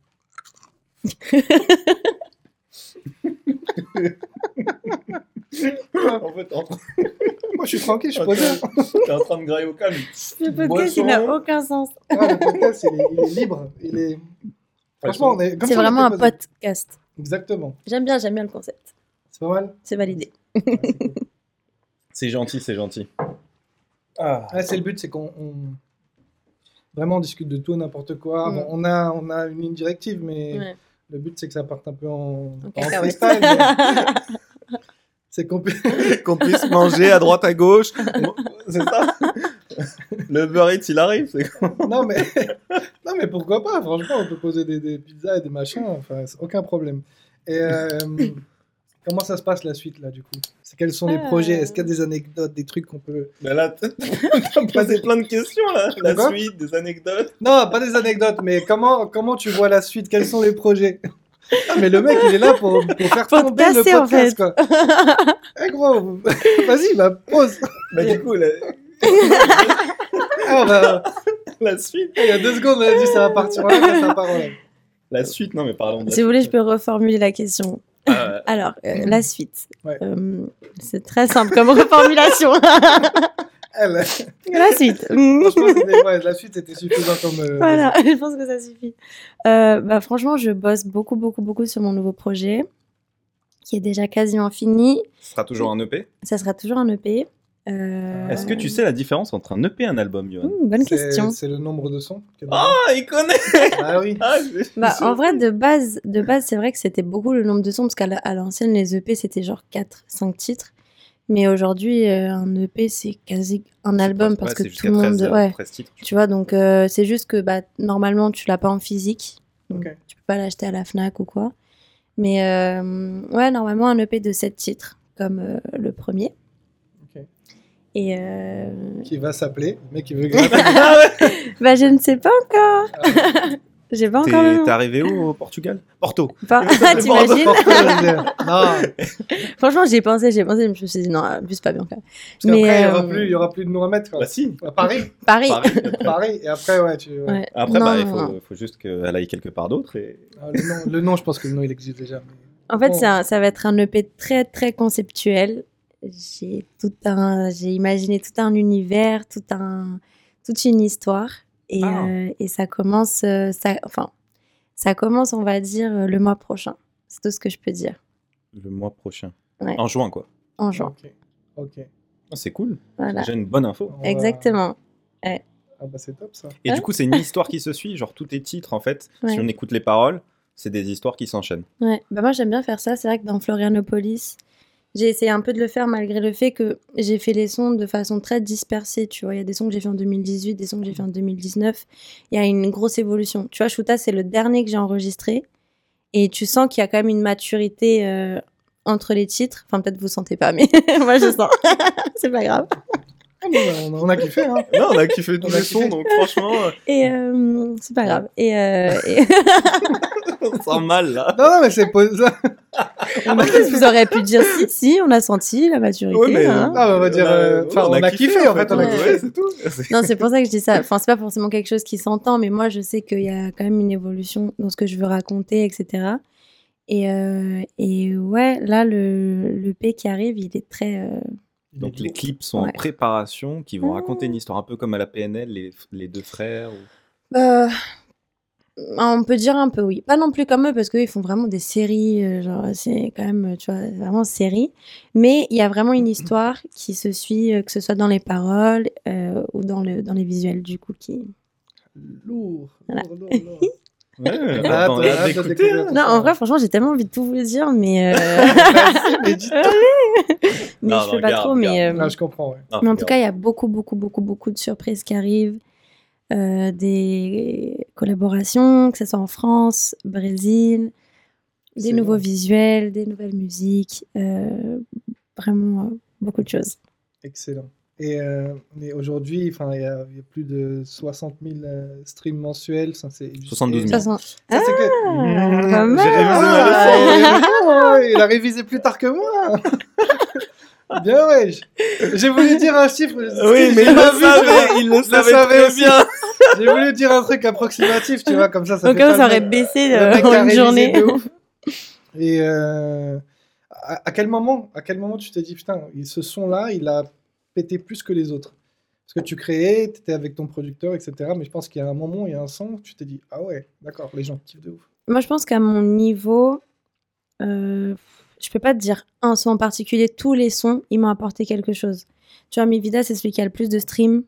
En fait, Moi, je suis tranquille, je suis posé. t'es en train de grailler au calme. Le podcast, Boisson. il n'a aucun sens. Ah, le podcast, il est libre. Franchement, on est comme C'est ça, on vraiment un était posé. podcast. Exactement. J'aime bien le concept. C'est pas mal. C'est validé. Ouais, c'est cool. C'est gentil, c'est gentil. Ouais, c'est le but, c'est vraiment on discute de tout et n'importe quoi. Mm. Bon, on a une ligne directive, mais Ouais. le but c'est que ça parte un peu en cacahuète. freestyle. mais C'est qu'on puisse manger à droite à gauche. C'est ça. Le Uber Eats, il arrive. C'est quoi? non, mais... non, mais pourquoi pas? Franchement, on peut poser des pizzas et des machins. Enfin, c'est aucun problème. Et comment ça se passe la suite, là, du coup? Quels sont les projets? Est-ce qu'il y a des anecdotes, des trucs qu'on peut... Mais là, t'as posé plein de questions, là. La Quoi? suite, des anecdotes. Non, pas des anecdotes, mais comment tu vois la suite? Quels sont les projets? Ah, mais le mec, il est là pour faire Pour te tomber le casser, en podcast, fait. quoi. Eh gros, vas-y, bah, pose. Bah, du coup, Ah, bah, la suite. il y a 2 secondes, on a dit ça va partir en live, ça part en live. La suite, non, mais parlons de la Si vous voulez, je suite. peux reformuler la question. Alors, la suite. Ouais. C'est très simple comme reformulation. Elle, La suite. franchement, ouais, la suite était suffisante comme... Voilà, je pense que ça suffit. Bah, franchement, je bosse beaucoup, beaucoup, beaucoup sur mon nouveau projet, qui est déjà quasiment fini. Ce sera toujours un EP. Ça sera toujours un EP. Est-ce que tu sais la différence entre un EP et un album, Johan? Bonne question. C'est le nombre de sons. Ah, il connaît. Ah oui. Ah, Bah, en vrai, de base, c'est vrai que c'était beaucoup le nombre de sons, parce à l'ancienne, les EP, c'était genre 4-5 titres. Mais aujourd'hui, un EP, c'est quasi un album, parce que tout le monde... 13 titres. Tu vois, donc c'est juste que bah, normalement, tu l'as pas en physique. Donc, Ok. tu peux pas l'acheter à la Fnac ou quoi. Mais ouais, normalement, un EP de 7 titres, comme le premier. Ok. Et Qui va s'appeler. Le mec, il veut gratter. bah, je ne sais pas encore. J'ai pas encore le nom. T'es arrivé où au Portugal? Porto. Enfin, C'est t'imagines? Non. Franchement, j'y ai pensé, je me suis dit non, abuse pas Bianca. Parce qu'après, Mais, il y aura plus de nom à mettre. Quoi. Bah si. À Paris. Paris. Paris. Et après, ouais, tu... ouais. Ouais. Après, Non, bah, il non. faut juste qu'elle aille quelque part d'autre. Et... Ah, le nom, je pense que le nom, il existe déjà. En fait, Bon. ça va être un EP très, très conceptuel. J'ai imaginé tout un univers, toute une histoire. Et ça commence, ça commence, on va dire, le mois prochain. C'est tout ce que je peux dire. Le mois prochain. Ouais. En juin, quoi. En juin. Ok. Ah, c'est cool. Voilà. C'est déjà une bonne info. On va- Exactement. Ah bah c'est top ça. Et du coup, c'est une histoire qui se suit. Genre, tous tes titres, en fait, si Ouais. on écoute les paroles, c'est des histoires qui s'enchaînent. Ouais. Bah, moi, j'aime bien faire ça. C'est vrai que dans Florianopolis, j'ai essayé un peu de le faire malgré le fait que j'ai fait les sons de façon très dispersée. Tu vois, il y a des sons que j'ai fait en 2018, des sons que j'ai fait en 2019. Il y a une grosse évolution. Tu vois, Shuta, c'est le dernier que j'ai enregistré. Et tu sens qu'il y a quand même une maturité entre les titres. Enfin, peut-être vous sentez pas, mais moi, je sens. C'est pas grave. Ah, non, on a kiffé, hein. Non, on a kiffé tous On a les sons, kiffé. donc franchement, Et c'est pas grave. Et on sent mal, là. Non, mais c'est pas ça. en plus, vous aurez pu dire si, on a senti la maturité. Ouais, mais- hein. Ah, on va dire. Enfin, on a kiffé, en fait. On a ouais. kiffé. Ouais, c'est tout. Non, c'est pour ça que je dis ça. Enfin, c'est pas forcément quelque chose qui s'entend, mais moi, je sais qu'il y a quand même une évolution dans ce que je veux raconter, etc. Et ouais, là, le P qui arrive, il est très... Donc les clips sont en Ouais. préparation, qui vont raconter une histoire un peu comme à la PNL, les deux frères. on peut dire un peu, oui. Pas non plus comme eux, parce qu'eux, ils font vraiment des séries. Genre, c'est quand même, tu vois, vraiment série. Mais il y a vraiment une histoire qui se suit, que ce soit dans les paroles ou dans les visuels, du coup, qui... Lourd. Voilà. Lourd. Ouais, Hâte on a de d'écouter, découvrir hein. tout Non, ça. en vrai, franchement, j'ai tellement envie de tout vous dire, mais... Vas-y, mais dis-toi. mais Non, je fais non, pas garde, trop, mais... Non, je comprends, ouais. Non, Mais en regarde. tout cas, il y a beaucoup, beaucoup, beaucoup, beaucoup de surprises qui arrivent. Des collaborations, que ce soit en France, Brésil, des Excellent. nouveaux visuels, des nouvelles musiques. Vraiment beaucoup de choses. Excellent. Et mais aujourd'hui, enfin, il y a plus de 60 000 streams mensuels. Ça, c'est 72 000. Ça sent- Ça, c'est que... pas mal. J'ai révisé ma leçon. Il a révisé plus tard que moi. Bien, ouais. J'ai voulu dire un chiffre. Oui, mais il le savait savait très aussi. bien. J'ai voulu dire un truc approximatif, tu vois, comme ça Donc, fait comme pas ça le aurait mec- baissé le mec en qui a une révisé journée. de ouf. Et à quel moment tu t'es dit, putain, ce son-là, il a pété plus que les autres? Parce que tu créais, tu étais avec ton producteur, etc. Mais je pense qu'il y a un moment, il y a un son, où tu t'es dit, ah ouais, d'accord, les gens kiffent de ouf. Moi, je pense qu'à mon niveau, je peux pas te dire un son en particulier. Tous les sons, ils m'ont apporté quelque chose. Tu vois, Mi Vida, c'est celui qui a le plus de streams.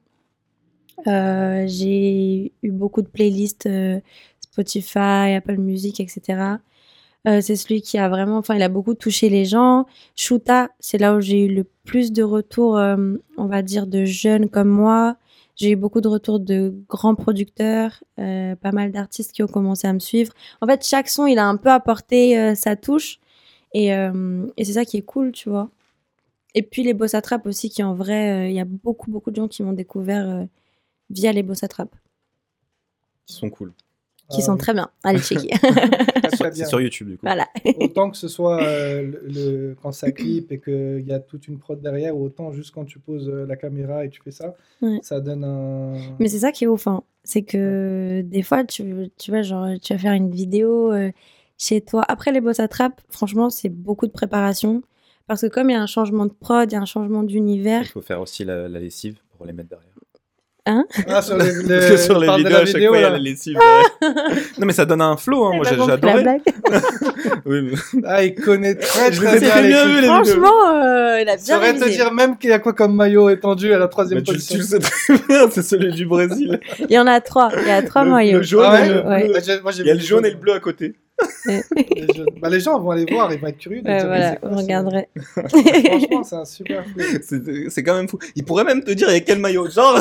J'ai eu beaucoup de playlists Spotify, Apple Music, etc. C'est celui qui a vraiment, enfin, il a beaucoup touché les gens. Shuta, c'est là où j'ai eu le plus de retours, on va dire, de jeunes comme moi. J'ai eu beaucoup de retours de grands producteurs, pas mal d'artistes qui ont commencé à me suivre. En fait, chaque son, il a un peu apporté sa touche. Et c'est ça qui est cool, tu vois. Et puis les Bossa Trap aussi, qui en vrai, il y a beaucoup, beaucoup de gens qui m'ont découvert via les Bossa Trap, Qui sont cool. qui sont oui. très bien. Allez checker. Très C'est bien. sur YouTube, du coup. Voilà. Autant que ce soit quand ça clip et qu'il y a toute une prod derrière, autant juste quand tu poses la caméra et tu fais ça, Ouais. ça donne un. Mais c'est ça qui est ouf, hein. C'est que des fois, tu vois, genre, tu vas faire une vidéo chez toi. Après les Bossa Trap, franchement, c'est beaucoup de préparation. Parce que comme il y a un changement de prod, il y a un changement d'univers. Il faut faire aussi la lessive pour les mettre derrière. Ah, sur les, Parce que sur les parle de vidéos, la à chaque vidéo, fois, il y a là. la lessive derrière. Non, mais ça donne un flow, hein. Moi, J'ai pas compris j'adorais. la blague. Oui, mais- Ah, il connaît très Je très les ai bien très les bien trucs. vus, les vidéos. Franchement, il a Je bien saurais te révisé. dire même qu'il y a quoi comme maillot étendu à la troisième Mais tu position. le sais très bien, c'est celui du Brésil. Il y en a 3. Il y a 3 Le- mailles. le jaune Ah ouais, et le Ouais. bleu. Moi, j'ai Il y a vu le jaune et le bleu à côté. Les jeunes. Bah, les gens vont aller voir, ils vont être curieux de Ouais, dire, mais voilà, c'est quoi, vous regarderez. Franchement, c'est un super flou. C'est quand même fou. Il pourrait même te dire il y a quel maillot. Genre,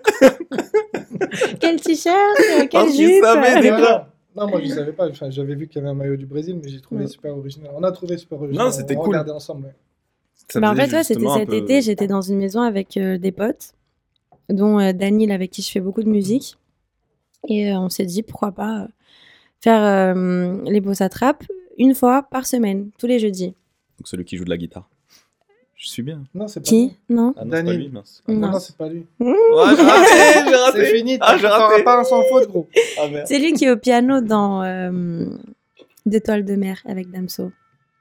Quel t-shirt, quelle Parce qu'il jupe. savait Mais déjà. voilà. Non, moi je savais pas. Enfin, j'avais vu qu'il y avait un maillot du Brésil, mais j'ai trouvé Ouais. super original. On a trouvé super original. Non, c'était On cool. regardait ensemble. Ouais. ça Bah, en faisait fait, ouais, c'était justement un cet peu- été, j'étais dans une maison avec des potes, dont Daniel, avec qui je fais beaucoup de musique. Et on s'est dit, pourquoi pas faire les Bossa Trap une fois par semaine, tous les jeudis. Donc celui qui joue de la guitare. Je suis bien. Non, c'est pas Qui lui. Non Ah non, c'est pas Daniel. lui, mince. Non, Non. non, c'est pas lui. Ouais, j'ai raté, j'ai raté. C'est fini. Ah, j'ai T'auras raté. pas un sans faute, gros. Ah merde. C'est lui qui est au piano dans D'étoiles de mer avec Damso.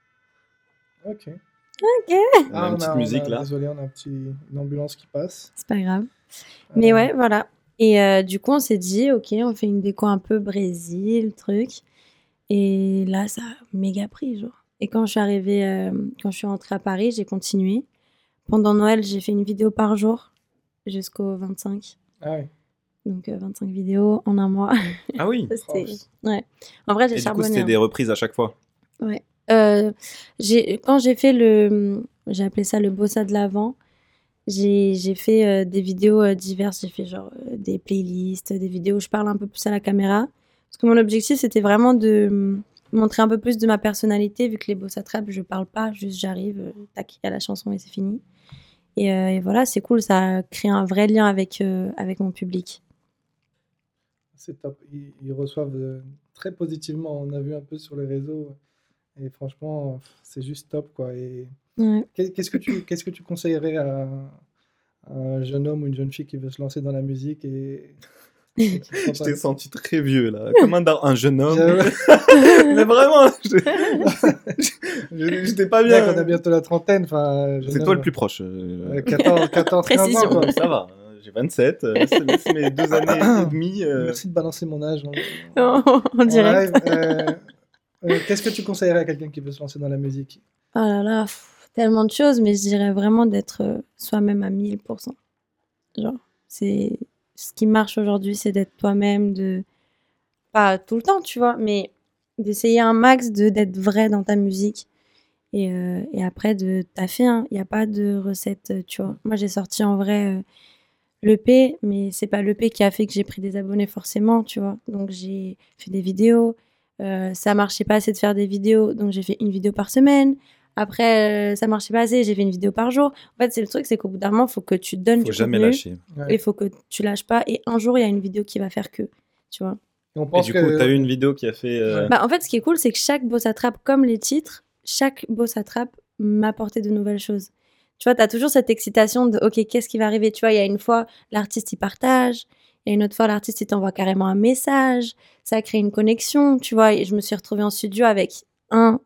Ok. On a une petite musique là. Désolé, on a une ambulance qui passe. C'est pas grave. Mais ouais, voilà. Et du coup, on s'est dit, ok, on fait une déco un peu Brésil, truc. Et là, ça a méga pris, genre. Et quand je suis arrivée, quand je suis rentrée à Paris, j'ai continué. Pendant Noël, j'ai fait une vidéo par jour jusqu'au 25. Ah ouais. Donc 25 vidéos en un mois. Ah oui. C'était... Ouais. En vrai, Et j'ai du coup, charbonné. c'était hein. des reprises à chaque fois. Ouais. Quand j'ai fait j'ai appelé ça le Bossa de l'Avent, j'ai fait des vidéos diverses. J'ai fait genre des playlists, des vidéos où je parle un peu plus à la caméra. Parce que mon objectif, c'était vraiment de montrer un peu plus de ma personnalité, vu que les Bossa Trap, je parle pas, juste j'arrive, tac, il y a la chanson et c'est fini. Et voilà, c'est cool, ça crée un vrai lien avec mon public. C'est top. Ils reçoivent très positivement. On a vu un peu sur les réseaux. Et franchement, c'est juste top, quoi. Et Ouais. qu'est-ce que tu conseillerais à un jeune homme ou une jeune fille qui veut se lancer dans la musique et qui prend Je pas- t'ai senti très vieux là, comme un jeune homme. J'avoue. Mais vraiment, j'étais pas Mec, bien. on a bientôt la trentaine. Enfin, C'est toi le plus proche. 14, 15 ans, Précision. quoi. Ça va, j'ai 27. C'est mes 2 années et demie. Merci de balancer mon âge. En direct. Qu'est-ce que tu conseillerais à quelqu'un qui veut se lancer dans la musique? Oh là là, tellement de choses, mais je dirais vraiment d'être soi-même à 1000%. Genre, c'est ce qui marche aujourd'hui, c'est d'être toi-même, pas tout le temps, tu vois, mais d'essayer un max d'être vrai dans ta musique. Et après, de taffer, hein. Il n'y a pas de recette, tu vois. Moi, j'ai sorti en vrai l'EP, mais c'est pas l'EP qui a fait que j'ai pris des abonnés forcément, tu vois. Donc, j'ai fait des vidéos. Ça marchait pas assez de faire des vidéos, donc j'ai fait une vidéo par semaine. Après, ça marchait pas assez, j'ai fait une vidéo par jour. En fait, c'est le truc, c'est qu'au bout d'un moment, il faut que tu donnes Faut du jamais contenu. lâcher. Et il faut que tu lâches pas. Et un jour, il y a une vidéo qui va faire que, tu vois. Et on Et pense du que coup, t'as eu une vidéo qui a fait. Bah, en fait, ce qui est cool, c'est que chaque Bossa Trap, comme les titres, chaque Bossa Trap m'apportait de nouvelles choses. Tu vois, t'as toujours cette excitation de, ok, qu'est-ce qui va arriver? Tu vois, il y a une fois, l'artiste, il partage. Il y a une autre fois, l'artiste, il t'envoie carrément un message. Ça crée une connexion, tu vois. Et je me suis retrouvée en studio avec un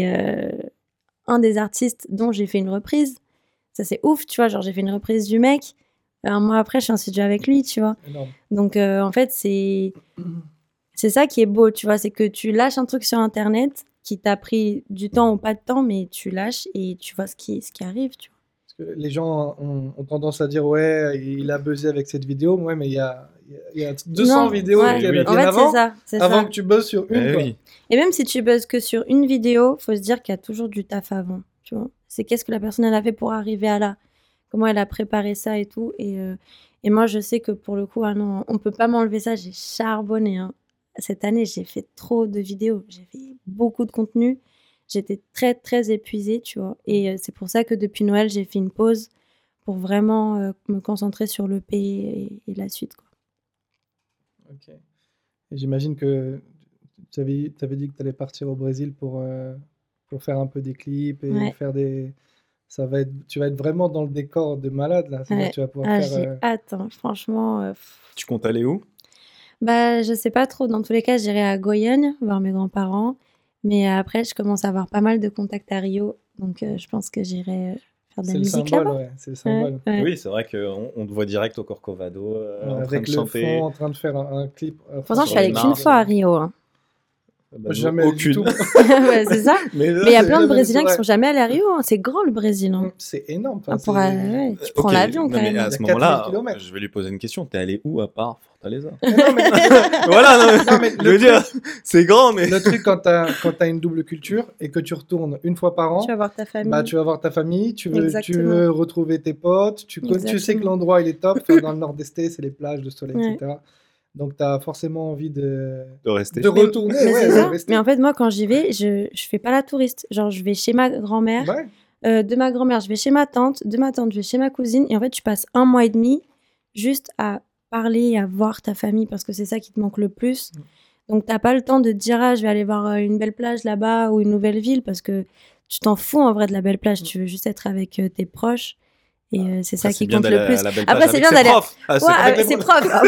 des artistes dont j'ai fait une reprise. Ça, c'est ouf, tu vois. Genre, j'ai fait une reprise du mec. Un mois après, je suis en studio avec lui, tu vois. énorme. Donc, en fait, c'est ça qui est beau, tu vois. C'est que tu lâches un truc sur Internet qui t'a pris du temps ou pas de temps, mais tu lâches et tu vois ce qui arrive, tu vois. Parce que les gens ont tendance à dire ouais, il a buzzé avec cette vidéo. Ouais, mais il y a 200 Non, vidéos ouais. qui Oui. viennent En fait, avant, c'est avant ça. que tu buzzes sur une. Eh Quoi. oui. Et même si tu buzzes que sur une vidéo, faut se dire qu'il y a toujours du taf avant, tu vois. C'est qu'est-ce que la personne elle a fait pour arriver à là, comment elle a préparé ça et tout. Et moi, je sais que pour le coup, ah non, on peut pas m'enlever ça. J'ai charbonné. Hein. Cette année, j'ai fait trop de vidéos, j'ai fait beaucoup de contenu. J'étais très très épuisée, tu vois. Et c'est pour ça que depuis Noël, j'ai fait une pause pour vraiment me concentrer sur l'EP et la suite, quoi. Ok. Et j'imagine que tu avais dit que tu allais partir au Brésil pour faire un peu des clips et Ouais. faire des. Tu vas être vraiment dans le décor de malade là. C'est-à-dire Ouais. que tu vas pouvoir Ah, faire. j'ai hâte, hein. Franchement. Tu comptes aller où? Bah, je sais pas trop. Dans tous les cas, j'irai à Goyenne voir mes grands-parents. Mais après, je commence à avoir pas mal de contacts à Rio. Donc, je pense que j'irai faire de la C'est le musique symbole, là-bas. ouais. C'est le symbole. Ouais. Oui, c'est vrai qu'on te voit direct au Corcovado en train Avec de le chanter. fond en train de faire un clip. Pourtant, je suis Sur les allée qu'une marches. fois à Rio. Hein. Bah, Moi, jamais allé du aucune. tout. Ouais, c'est ça. Mais là, Mais il y a c'est- plein de jamais Brésiliens allé qui sur- sont jamais allés à Rio. Hein. C'est grand le Brésil. Hein. C'est énorme. Ah, Enfin, ouais, tu prends Ok, l'avion non, quand mais même. à Il y a ce 4000 moment-là, kilomètres. je vais lui poser une question. T'es allé où à part Fortaleza? Mais non, mais Voilà, non, Non, mais je le veux dire, c'est grand, mais. le truc quand t'as une double culture et que tu retournes une fois par an, Tu vas voir ta famille. bah, tu vas voir ta famille, tu veux Exactement. retrouver tes potes, tu sais que Exactement. l'endroit il est top, enfin, dans le nord-est, c'est les plages, le soleil, Ouais. etc. Donc tu as forcément envie de rester. de retourner, Mais ouais, c'est de ça. rester. Mais en fait, moi, quand j'y vais, je fais pas la touriste. Genre, je vais chez ma grand-mère. Ouais. De ma grand-mère, je vais chez ma tante. De ma tante, je vais chez ma cousine. Et en fait, tu passes 1 mois et demi juste à parler, à voir ta famille parce que c'est ça qui te manque le plus. Donc, t'as pas le temps de te dire, ah, je vais aller voir une belle plage là-bas ou une nouvelle ville parce que tu t'en fous en vrai de la belle plage. Tu veux juste être avec tes proches. Et c'est ça qui bien compte le d'aller plus. à la belle Après, plage c'est avec bien ses d'aller. profs. Ah, c'est Ouais, vrai. avec ses profs. Ah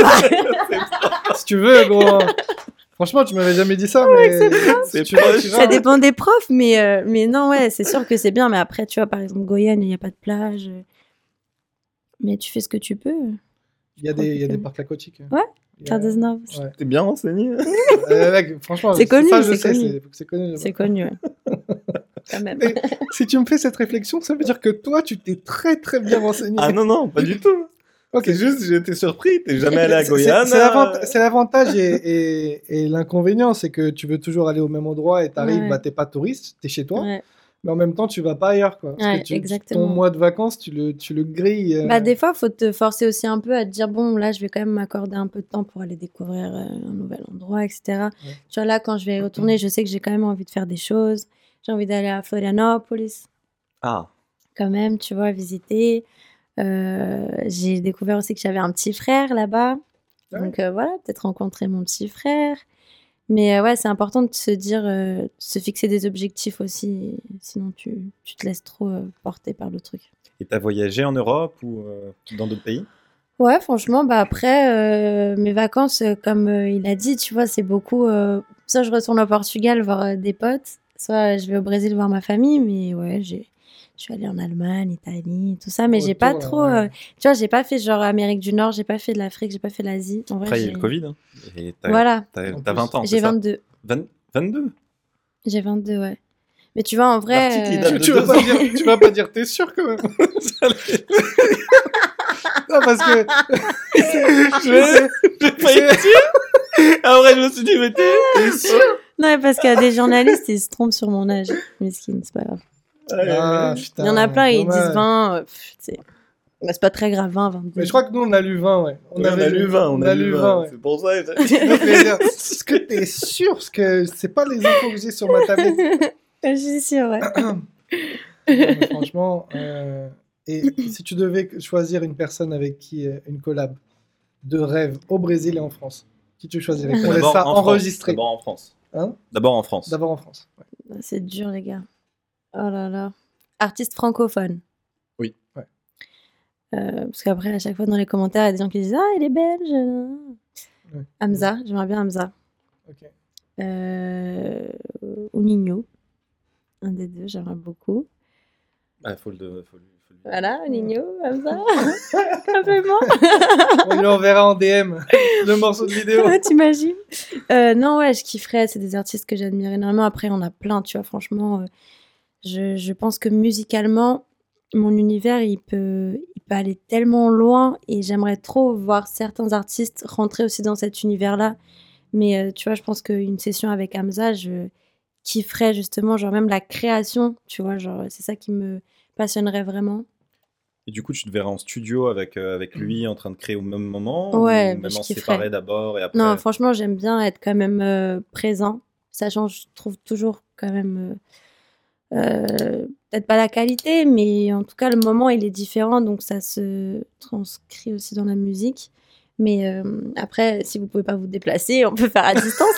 bah, Si tu veux, gros. Franchement, tu m'avais jamais dit ça, mais C'est si tu veux, proche. tu Ça vas. dépend des profs, mais non, ouais, c'est sûr que c'est bien. Mais après, tu vois, par exemple, Goyenne, il n'y a pas de plage. Mais tu fais ce que tu peux. Il y a des parcs aquatiques. Ouais, Il y a- Cardesnov. Ouais. T'es bien renseigné. Mec, franchement, C'est connu, ça, je c'est sais, connu. c'est connu. là-bas. C'est connu, ouais. Quand même. Mais si tu me fais cette réflexion, ça veut dire que toi, tu t'es très très bien renseigné. Ah non, non, pas du tout. Ok. C'est juste, j'étais surpris. T'es jamais allé à Goyane. C'est l'avantage et l'inconvénient, c'est que tu veux toujours aller au même endroit et t'arrives, Ouais. bah t'es pas touriste, t'es chez toi, Ouais. mais en même temps tu vas pas ailleurs, quoi. Parce Ouais, que exactement. ton mois de vacances, tu le grilles. Bah, des fois, faut te forcer aussi un peu à te dire, bon, là, je vais quand même m'accorder un peu de temps pour aller découvrir un nouvel endroit, etc. Ouais. Tu vois, là, quand je vais y retourner, je sais que j'ai quand même envie de faire des choses. J'ai envie d'aller à Florianopolis, Ah, quand même, tu vois, visiter. J'ai découvert aussi que j'avais un petit frère là-bas. Ouais. Donc voilà, peut-être rencontrer mon petit frère. Mais ouais, c'est important de se dire, se fixer des objectifs aussi. Sinon, tu te laisses trop porter par le truc. et t'as voyagé en Europe ou dans d'autres pays? Ouais, franchement, bah après, mes vacances, comme il a dit, tu vois, c'est beaucoup. Soit je retourne au Portugal voir des potes, soit je vais au Brésil voir ma famille. Mais ouais, je suis allée en Allemagne, Italie, tout ça. Mais j'ai pas Autour, là, trop. ouais. Tu vois, j'ai pas fait genre Amérique du Nord, j'ai pas fait de l'Afrique, j'ai pas fait l'Asie. En vrai, Après, il y a eu le Covid. Hein. Et Voilà, T'as En 20 ans, j'ai c'est ça 22. 22? J'ai 22, ouais. Mais tu vois, en vrai. L'article, il date de Tu 2 vas pas dire, t'es sûr quand même. Non, parce que J'ai failli le dire. Après, je me suis dit, mais t'es sûr? Non, mais parce qu'il y a des journalistes, ils se trompent sur mon âge. Mesquine, c'est pas grave. Ah, Il y en a plein, ils dommage. disent 20. Bah, c'est pas très grave, 20, 22. Mais je crois que nous on a lu 20, ouais. On a lu 20, on a lu 20, ouais. C'est pour ça. Est-ce que t'es sûr? Parce que c'est pas les infos que j'ai sur ma tablette. Je suis sûre, ouais. Non, mais franchement, et si tu devais choisir une personne avec qui une collab de rêve au Brésil et en France, qui tu choisirais? On laisse D'abord ça en France. enregistré. D'abord en France. Hein? D'abord en France. D'abord en France. Ouais. C'est dur, les gars. Oh là là. Artiste francophone. Oui. Ouais. Parce qu'après, à chaque fois dans les commentaires, il y a des gens qui disent ah, il est belge. Ouais. Hamza, j'aimerais bien Hamza. Ok. Ou Nino. Un des deux, j'aimerais beaucoup. Ah, faut le Voilà, Nino, Hamza. Complètement. On lui enverra en DM le morceau de vidéo. T'imagines? Non, ouais, je kifferais. C'est des artistes que j'admire énormément. Après, on a plein, tu vois. Franchement, je pense que musicalement, mon univers, il peut aller tellement loin et j'aimerais trop voir certains artistes rentrer aussi dans cet univers-là. Mais tu vois, je pense qu'une session avec Hamza, je kifferais justement, genre même la création, tu vois, genre c'est ça qui me passionnerait vraiment. Et du coup, tu te verrais en studio avec lui en train de créer au même moment Ouais, ou bah, même je en kifferais. séparé d'abord et après Non, franchement, j'aime bien être quand même présent. Ça change, je trouve toujours quand même, peut-être pas la qualité, mais en tout cas, le moment, il est différent, donc ça se transcrit aussi dans la musique. Mais après, si vous pouvez pas vous déplacer, on peut faire à distance.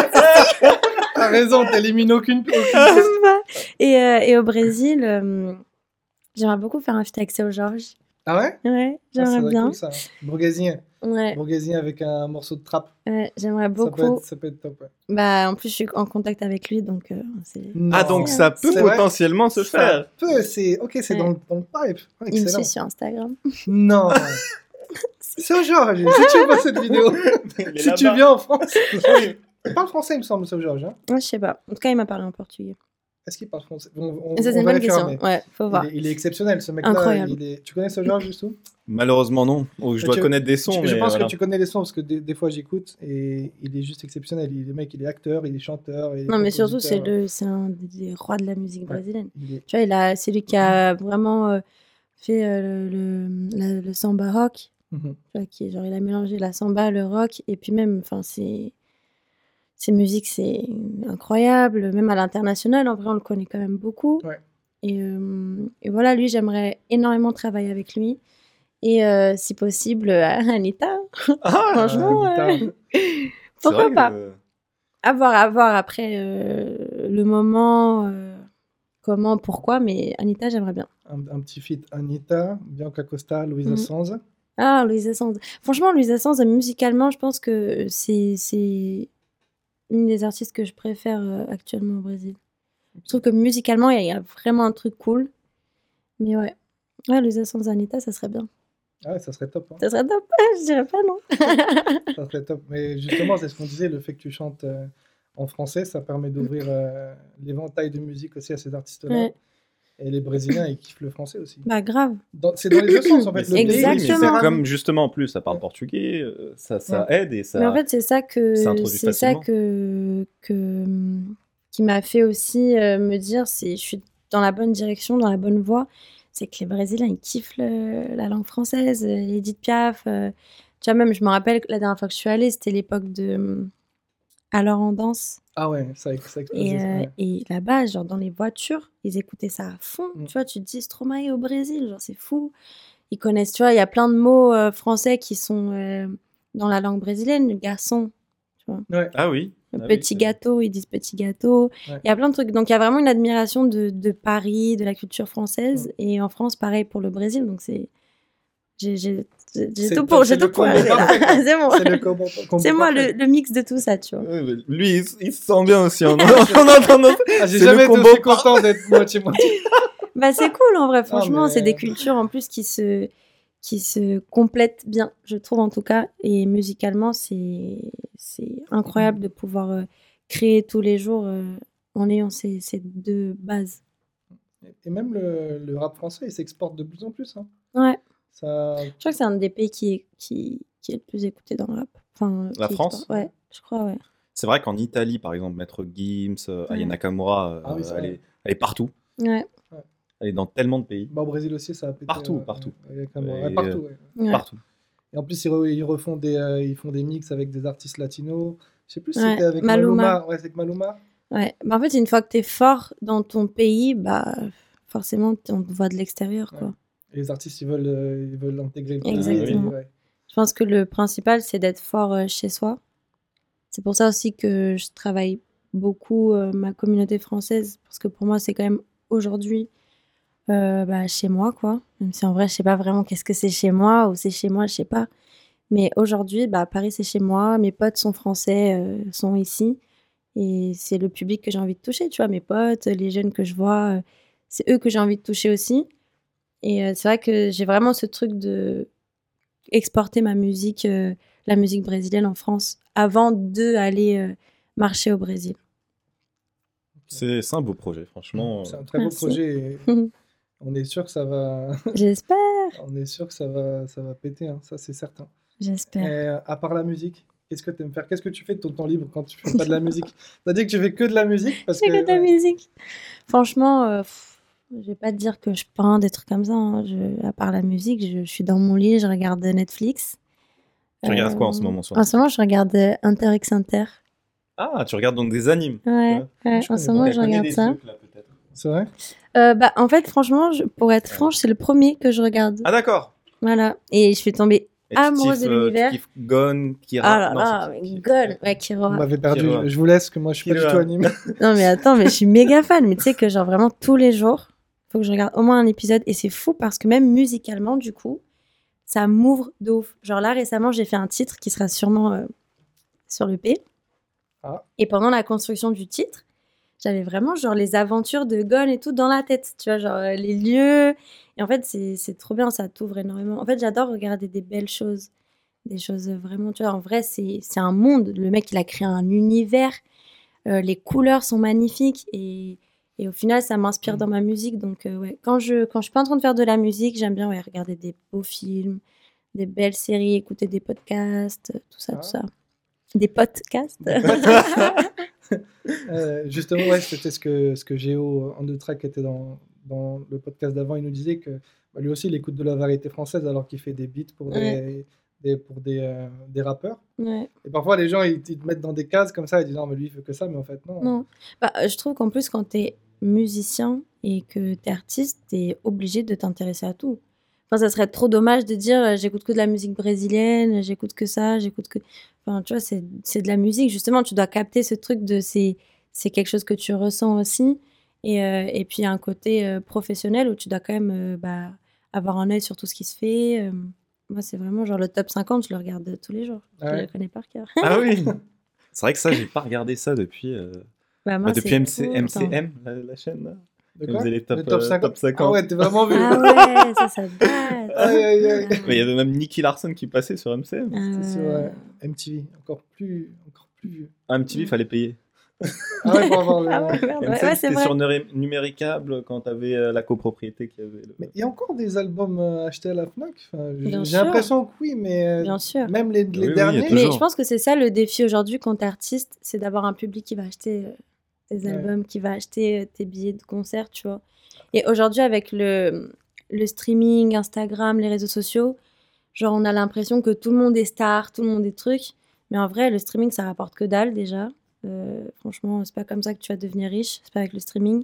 T'as raison, t'élimines aucune piste. Et au Brésil, j'aimerais beaucoup faire un feat avec Seu Jorge. Ah ouais? Ouais, Ah, ça j'aimerais serait bien. cool ça. Bourguésien. Ouais, Bourguésien avec un morceau de trap. j'aimerais Ça peut beaucoup. être, ça peut être top. Ouais. Bah, en plus, je suis en contact avec lui, donc c'est. Ah, Non. donc ça peut C'est vrai? potentiellement se Ça faire. peut, c'est ok, c'est Ouais. dans le pipe. Ah, Il me excellent. suit sur Instagram. Non. C'est au Georges. Si tu vois cette vidéo, Il est si tu là-bas. viens en France, il parle français, il me semble, c'est au Georges. Hein. Ouais, je sais pas. En tout cas, il m'a parlé en portugais. Est-ce qu'il parle français? On Et ça, c'est on une bonne vérifiera, question. mais Ouais, faut voir. il est exceptionnel, ce mec-là. Incroyable. Tu connais ce Georges, juste tout? Malheureusement, non. Ou je Mais dois connaître des sons, je mais pense voilà. que tu connais les sons parce que des fois j'écoute et il est juste exceptionnel. Le mec, il est acteur, il est chanteur. Il est Non, mais surtout, compositeur. c'est un des rois de la musique Ouais. brésilienne. Il est- Tu vois, c'est lui qui a vraiment fait le samba rock. Mhm. Tu vois, qui, genre, il a mélangé la samba, le rock, et puis même, enfin, ses musiques, c'est incroyable. Même à l'international, en vrai, on le connaît quand même beaucoup. Ouais. Et voilà, lui, j'aimerais énormément travailler avec lui. Et si possible, Anita. Ah, Franchement, guitare. c'est pourquoi vrai pas? que- À voir après le moment, comment, pourquoi, mais Anita, j'aimerais bien. Un petit feat Anita, Bianca Costa, Louisa Mhm. Sanz. Ah, Louisa Sanz. Franchement, Louisa Sanz, musicalement, je pense que c'est une des artistes que je préfère actuellement au Brésil. Je trouve que musicalement, il y a vraiment un truc cool. Mais ouais, Louisa Sanz, Anita, ça serait bien. Ah ouais, ça serait top. Hein. Ça serait top. Je dirais pas non. Ça serait top. Mais justement, c'est ce qu'on disait, le fait que tu chantes en français, ça permet d'ouvrir l'éventail de musique aussi à ces artistes-là. Ouais. Et les Brésiliens, ils kiffent le français aussi. Bah grave. C'est dans les deux sens, en Mais fait. c'est- Le pays, oui, mais Exactement. c'est comme justement en plus ça parle portugais, ça aide et ça. Mais en fait, c'est ça ça introduit facilement. qui m'a fait aussi me dire, je suis dans la bonne direction, dans la bonne voie. C'est que les Brésiliens, ils kiffent la langue française, Edith Piaf. Tu vois, même, je me rappelle que la dernière fois que je suis allée, c'était l'époque de Alors en danse. Ah ouais, ça explose. Et là-bas, genre dans les voitures, ils écoutaient ça à fond. Mm. Tu vois, tu te dis Stromae au Brésil, genre c'est fou. Ils connaissent, tu vois, il y a plein de mots français qui sont dans la langue brésilienne. Le garçon, Ouais. Ah oui. le Ah oui, petit c'est- gâteau, ils disent petit gâteau. Ouais. Il y a plein de trucs. Donc il y a vraiment une admiration de Paris, de la culture française. Et en France, pareil pour le Brésil. Donc j'ai C'est tout pour, top, j'ai c'est tout le pour combo aller là. parfait, quoi. C'est bon. C'est le combo C'est moi parfait. le mix de tout ça, tu vois. Ouais, mais lui, il se sent bien aussi. On entend notre- Ah, j'ai c'est jamais le été combo aussi content d'être moitié-moitié. Bah c'est cool en vrai, franchement, mais- c'est des cultures en plus qui se complètent bien, je trouve en tout cas. Et musicalement, c'est incroyable de pouvoir créer tous les jours en ayant ces deux bases. Et même le rap français, il s'exporte de plus en plus. Hein. Ouais, Ça... je crois que c'est un des pays qui est le plus écouté dans le rap. Enfin, La qui France exporte. Ouais, je crois, ouais. C'est vrai qu'en Italie, par exemple, Maître Gims, Aya Nakamura, Ah oui, c'est vrai. elle est partout. Ouais, Elle est dans tellement de pays. Bah, au Brésil aussi, ça a pété. Partout. Ouais, clairement. Ouais, Et, partout, ouais. ouais. Partout. Et en plus, ils refont ils font des mix avec des artistes latinos. Je sais plus si Ouais, c'était avec Maluma. Maluma. Ouais, c'est avec Maluma. Ouais. Bah, en fait, une fois que t'es fort dans ton pays, bah forcément, on te voit de l'extérieur, quoi. Ouais. Et les artistes, ils veulent intégrer le pays. Exactement. Ouais. Je pense que le principal, c'est d'être fort chez soi. C'est pour ça aussi que je travaille beaucoup ma communauté française, parce que pour moi, c'est quand même aujourd'hui chez moi, quoi. Même si en vrai, je sais pas vraiment qu'est-ce que c'est chez moi, ou c'est chez moi, je sais pas. Mais aujourd'hui, Paris, c'est chez moi. Mes potes sont français, sont ici. Et c'est le public que j'ai envie de toucher, tu vois. Mes potes, les jeunes que je vois, c'est eux que j'ai envie de toucher aussi. Et c'est vrai que j'ai vraiment ce truc de exporter ma musique, la musique brésilienne en France, avant d'aller marcher au Brésil. C'est un beau projet, franchement. C'est un très beau Merci. projet. On est sûr que ça va, J'espère, on est sûr que ça va péter, hein, ça c'est certain. Et j'espère. à part la musique, qu'est-ce que tu aimes faire? Qu'est-ce que tu fais de ton temps libre quand tu fais pas de la musique? T'as dit que tu fais que de la musique parce C'est que que de la ouais. musique. Franchement, je vais pas te dire que je peins des trucs comme ça, hein. À part la musique, je suis dans mon lit, je regarde Netflix. Tu regardes quoi en ce Euh, moment sur En ce Netflix? moment, je regarde Inter x Inter. Ah, tu regardes donc des animes. Ouais, ouais, Je en connais ce pas. moment, Elle je connaît regarde des ça. trucs là peut-être. C'est vrai? Bah, en fait, franchement, pour être franche, c'est le premier que je regarde. Ah d'accord. Voilà. Et je suis tombée Et tu amoureuse de kiffes, l'univers. tu kiffes Gon, Ah Kira. là Non, là, c'est mais qui? God, ouais, Vous Kira. m'avez perdu. Kira. Je vous laisse, que moi je suis pas du Kira. tout animé. Non, mais attends, mais je suis méga fan. Mais tu sais que, genre, vraiment, tous les jours, faut que je regarde au moins un épisode. Et c'est fou parce que même musicalement, du coup, ça m'ouvre de ouf. Genre là, récemment, j'ai fait un titre qui sera sûrement sur le P. Ah. Et pendant la construction du titre, j'avais vraiment genre les aventures de Gon et tout dans la tête, tu vois, genre les lieux. Et en fait, c'est trop bien, ça t'ouvre énormément. En fait, j'adore regarder des belles choses, des choses vraiment, tu vois, en vrai, c'est un monde. Le mec, il a créé un univers, les couleurs sont magnifiques et au final, ça m'inspire dans ma musique. Donc, ouais, quand je suis pas en train de faire de la musique, j'aime bien ouais, regarder des beaux films, des belles séries, écouter des podcasts, tout ça, Ah. tout ça. Des podcasts. Justement, ouais, c'était ce que Géo en deux track était dans le podcast d'avant. Il nous disait que bah, lui aussi, il écoute de la variété française alors qu'il fait des beats pour des rappeurs. Ouais. Et parfois, les gens, ils te mettent dans des cases comme ça. Ils disent non, mais lui, il fait que ça. Mais en fait, non. Non. Bah, je trouve qu'en plus, quand t'es musicien et que t'es artiste, t'es obligé de t'intéresser à tout. Enfin, ça serait trop dommage de dire j'écoute que de la musique brésilienne, j'écoute que ça, j'écoute que. Enfin, tu vois, c'est de la musique. Justement, tu dois capter ce truc de c'est quelque chose que tu ressens aussi. Et puis, il y a un côté professionnel où tu dois quand même bah, avoir un œil sur tout ce qui se fait. Moi, c'est vraiment genre le top 50, je le regarde tous les jours. Je Ouais. le connais par cœur. Ah oui. C'est vrai que ça, j'ai pas regardé ça depuis. Bah, moi, Depuis c'est MC, cool, MCM, la chaîne là. De Vous quoi? faisait les top, Le top 50. top 50. Ah ouais, t'es vraiment vieux. Ah ouais, ça date. Aïe, aïe, aïe. Mais il y avait même Nicky Larson qui passait sur MCM. Ah C'est sur ouais. MTV, encore plus vieux. Ah, MTV, il fallait payer. Ah ouais, pour avoir le. Ah ouais, merde. MCM, Ouais, c'est c'était vrai. sur Numéricable quand t'avais la copropriété qui avait. Mais il y a encore des albums achetés à la Fnac. Enfin, Bien j'ai sûr. l'impression que oui, mais Bien sûr. même les oui, il y a derniers. toujours. Mais je pense que c'est ça le défi aujourd'hui quand t'es artiste, c'est d'avoir un public qui va acheter tes Ouais. albums, qui va acheter tes billets de concert, tu vois. Et aujourd'hui, avec le streaming, Instagram, les réseaux sociaux, genre on a l'impression que tout le monde est star, tout le monde est truc. Mais en vrai, le streaming, ça rapporte que dalle déjà. Franchement, c'est pas comme ça que tu vas devenir riche, c'est pas avec le streaming.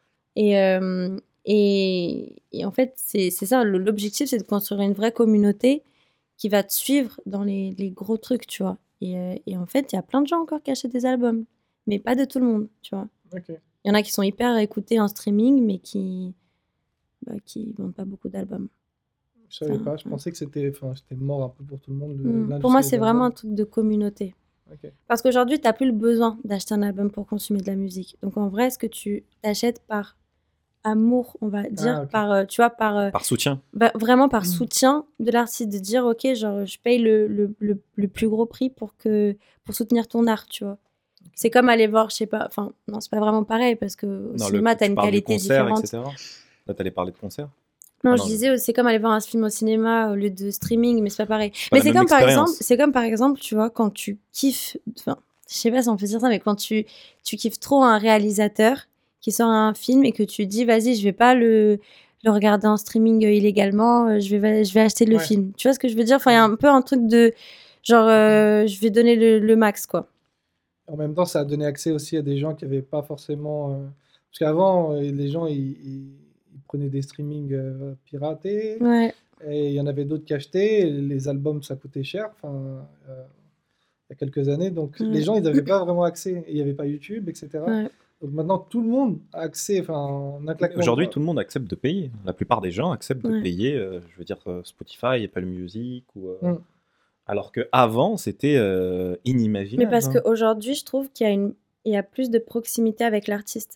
Et en fait, c'est ça, l'objectif, c'est de construire une vraie communauté qui va te suivre dans les gros trucs, tu vois. Et en fait, il y a plein de gens encore qui achètent des albums, mais pas de tout le monde, tu vois. Ok. Il y en a qui sont hyper écoutés en streaming, mais qui vendent pas beaucoup d'albums. Je savais Ça, pas. Je ouais. pensais que c'était mort un peu pour tout le monde. Pour moi, l'industrie c'est des vraiment un albums. truc de communauté. Ok. Parce qu'aujourd'hui, tu n'as plus le besoin d'acheter un album pour consommer de la musique. Donc en vrai, est-ce que tu t'achètes par amour, on va dire, ok. par, tu vois, Par soutien. vraiment par Mm. soutien de l'artiste, de dire, ok, genre, je paye le plus gros prix pour soutenir ton art, tu vois. C'est comme aller voir, je sais pas, enfin, non, c'est pas vraiment pareil, parce qu'au cinéma, tu as tu une parles du qualité concert, différente. etc. Là, t'allais parler de concert. Non, Ah je non, disais, c'est comme aller voir un film au cinéma au lieu de streaming, mais c'est pas pareil. Pas Mais la c'est même comme, par expérience. exemple, c'est comme par exemple, tu vois, quand tu kiffes, enfin, je sais pas si on peut dire ça, mais quand tu kiffes trop un réalisateur qui sort un film et que tu dis, vas-y, je vais pas le regarder en streaming illégalement, je vais acheter le Ouais. film. Tu vois ce que je veux dire? Enfin, il y a un peu un truc de, genre, je vais donner le max, quoi. En même temps, ça a donné accès aussi à des gens qui n'avaient pas forcément. Parce qu'avant, les gens, ils prenaient des streamings piratés. Ouais, Et il y en avait d'autres qui achetaient. Les albums, ça coûtait cher. Enfin, il y a quelques années. Donc, Ouais. les gens, ils n'avaient pas vraiment accès. Et il n'y avait pas YouTube, etc. ouais. Donc, maintenant, tout le monde a accès. Enfin, en un claquement de Aujourd'hui, doigts. tout le monde accepte de payer. La plupart des gens acceptent de Ouais. payer, je veux dire Spotify, Apple Music. Mm. Alors qu'avant, c'était inimaginable. Mais parce hein. qu'aujourd'hui, je trouve qu'il y a plus de proximité avec l'artiste.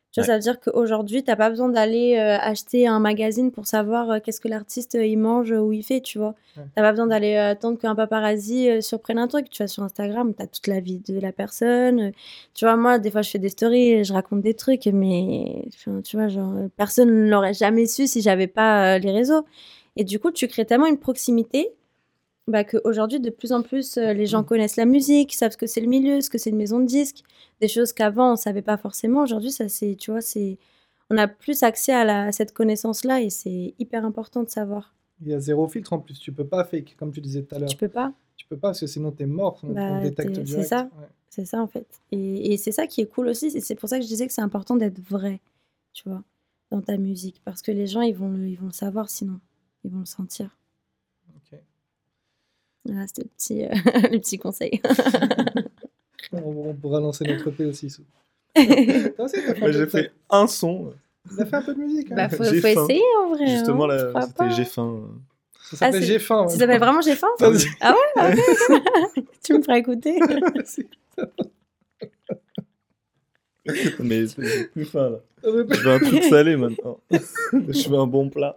Tu vois, Ouais. ça veut dire qu'aujourd'hui, t'as pas besoin d'aller acheter un magazine pour savoir qu'est-ce que l'artiste il mange ou il fait, tu vois. Ouais. T'as pas besoin d'aller attendre qu'un paparazzi surprenne un truc. Tu vois, sur Instagram, t'as toute la vie de la personne. Tu vois, moi, des fois, je fais des stories, je raconte des trucs, mais enfin, tu vois, genre, personne ne l'aurait jamais su si j'avais pas les réseaux. Et du coup, tu crées tellement une proximité bah, qu'aujourd'hui, de plus en plus, les gens connaissent la musique, savent ce que c'est le milieu, ce que c'est une maison de disques, des choses qu'avant, on savait pas forcément. Aujourd'hui, ça, c'est, tu vois, on a plus accès à cette connaissance-là et c'est hyper important de savoir. Il y a zéro filtre en plus. Tu peux pas fake, comme tu disais tout à l'heure. Tu peux pas. Tu peux pas, parce que sinon t'es mort. On Bah, détecte c'est direct. ça. Ouais. C'est ça, en fait. Et c'est ça qui est cool aussi. C'est pour ça que je disais que c'est important d'être vrai, tu vois, dans ta musique. Parce que les gens, ils vont le savoir sinon. Ils vont le sentir. Ok. Voilà, c'était le petit conseil. On pourra lancer notre EP aussi. Sous. Toi aussi, t'as fait, Moi, j'ai fait un son. t'as fait un peu de musique. Hein. Bah, faut J'ai faim. essayer en vrai. Justement, hein, là, pourquoi c'était pas. J'ai faim. Ça s'appelle c'est- J'ai faim. Ça s'appelle vraiment J'ai faim Ah oui. Ah ouais, ok. Tu me feras écouter. Mais j'ai plus faim, là. Ok. Je veux un truc salé, maintenant. Je veux un bon plat.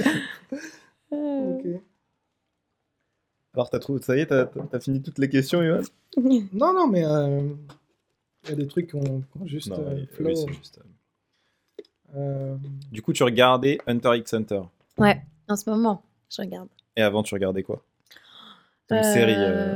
Alors, ça y est, t'as fini toutes les questions, Yoann? Non, mais il y a des trucs qu'on juste Non, oui, flow. oui, c'est juste. Euh, Du coup, tu regardais Hunter x Hunter. Ouais, en ce moment, je regarde. Et avant, tu regardais quoi? Une série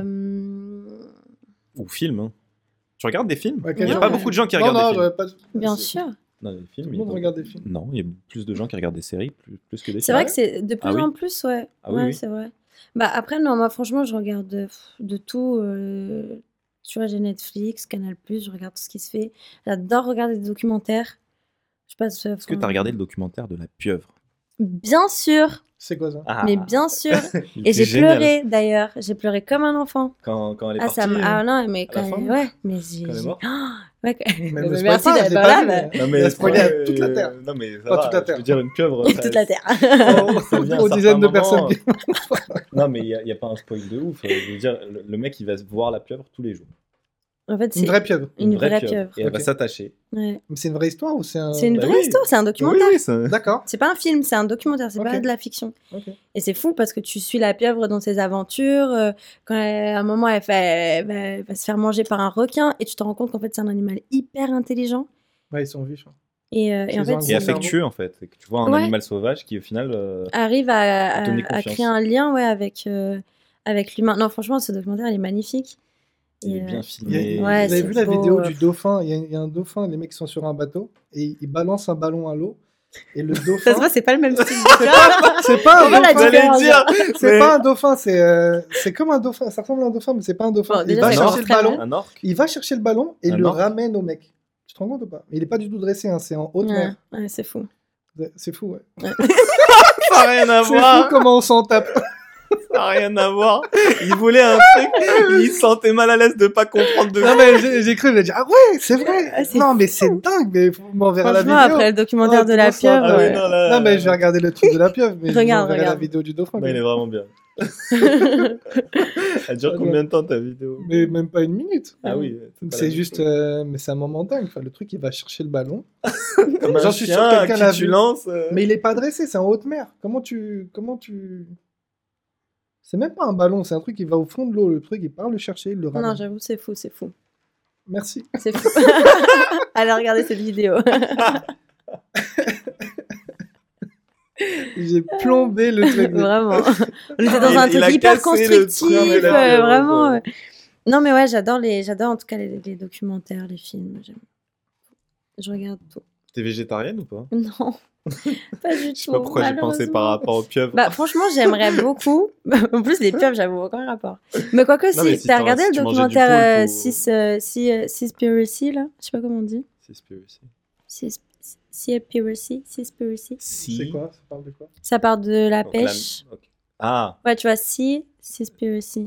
ou film, hein. Tu regardes des films? ouais, Il n'y a Ouais. pas beaucoup de gens qui non, regardent non, des films. j'aurais pas. Bien c'est- sûr. Non, les films, Tout le il y a monde pas- regarde des films. Non, il y a plus de gens qui regardent des séries, plus que des C'est films. vrai que c'est de plus Ah oui en plus, ouais. Ah oui, Ouais, oui. c'est vrai. Bah après, non, moi franchement, je regarde de tout. Tu vois, j'ai Netflix, Canal+, je regarde tout ce qui se fait. J'adore regarder des documentaires. Je passe. Est-ce que tu as regardé le documentaire de la pieuvre? Bien sûr, C'est quoi ça? mais bien sûr. il Et était j'ai génial. pleuré d'ailleurs. J'ai pleuré comme un enfant. Quand elle est Ah, partie. ça ah non, mais à la quand fin ouais, mais quand elle est morte. ouais, Mais mais me spoil merci pas, d'être je l'ai pas pas là. vu, bah. mais- Non, Il a spoilé à toute la Terre. Non, mais ça Enfin, va, toute la je Terre. veux dire, une pieuvre. ça- Toute la terre. ça vient à un Aux certain dizaines de moment. personnes qui- Non, mais il n'y a pas un spoil de ouf. Je veux dire, le mec, il va se voir la pieuvre tous les jours. En fait, Une c'est vraie pieuvre. une vraie pieuvre. Et elle va Ok. s'attacher. Ouais. Mais c'est une vraie histoire ou c'est un. C'est une Bah vraie oui. histoire, c'est un documentaire. Oui, ça... D'accord. C'est pas un film, c'est un documentaire, c'est Ok. pas de la fiction. Ok. Et c'est fou parce que tu suis la pieuvre dans ses aventures. Quand à un moment, elle va se faire manger par un requin et tu te rends compte qu'en fait, c'est un animal hyper intelligent. Ouais, ils sont vifs. Et Ils en ont fait, un Et gros cerveau. affectueux, en fait. C'est que tu vois un Ouais. animal sauvage qui, au final. arrive À donner à confiance. créer un lien ouais, avec l'humain. Non, franchement, ce documentaire, il est magnifique. Il Et, est bien Il y a- filmé. Ouais, vous avez c'est vu la beau, vidéo du dauphin? Il y a un dauphin, les mecs sont sur un bateau et ils balancent un ballon à l'eau. Et le Ça se dauphin. voit, c'est pas le même style. C'est pas un On voit la dauphin. différence. C'est pas un dauphin, c'est comme un dauphin. Ça ressemble à un dauphin, mais c'est pas un dauphin. Bon, Il déjà, va ça chercher commence le très ballon. mal. Un orque. Il va chercher le ballon et Un le orque. ramène au mec. Tu te rends compte ou pas? Il est pas du tout dressé, hein, c'est en haute Ouais, mer. ouais, c'est fou. C'est fou, ouais. Ça n'a rien à C'est fou voir. comment on s'en tape. Ça n'a rien à voir. Il voulait un truc. Il se sentait mal à l'aise de pas comprendre de Non, mais j'ai cru, j'ai dit, ah ouais, c'est vrai. Ah, c'est Non, mais c'est dingue, mais vous m'enverrez la Franchement, vidéo. après le documentaire Oh, de la comment ça pieuvre. Ah oui, ouais. non, là, Non, mais je vais regarder le truc de la pieuvre, mais Regarde, je vous enverrai la regarde. vidéo du dauphin. Non, il est vraiment bien. Elle dure Ah, combien de temps ta vidéo? Mais même pas une minute. Ah oui. pas la C'est même juste, chose. mais c'est un moment dingue. Enfin, le truc, il va chercher le ballon. Comme un J'en suis sûr chien que à quelqu'un qui l'a tu vu. lances. Mais il est pas dressé, c'est en haute mer. Comment tu... C'est même pas un ballon, c'est un truc qui va au fond de l'eau. Le truc, il part le chercher, il le ramène. Non, j'avoue, c'est fou, c'est fou. Merci. C'est fou. Allez regarder cette vidéo. J'ai plombé le truc. Vraiment. On était dans un Il a truc hyper cassé le constructif, truc de la pieuvre, vraiment. quoi. ouais. Non, mais ouais, j'adore en tout cas les documentaires, les films. Je regarde tout. T'es végétarienne ou pas? Non, pas du tout. Je sais pas pourquoi j'ai pensé par malheureusement. rapport aux pieuvres. Bah, franchement, j'aimerais beaucoup. En plus, les pieuvres, j'avoue, aucun rapport. Mais quoique, Non, mais si si t'as t'en- regardé si le tu mangeais du documentaire poulpe ou- Seaspiracy, là, je sais pas comment on dit. Seaspiracy. Seaspiracy. C'est quoi? Ça parle de quoi? Ça part de la Donc, pêche. ok. Ah, Ouais, tu vois, Seaspiracy.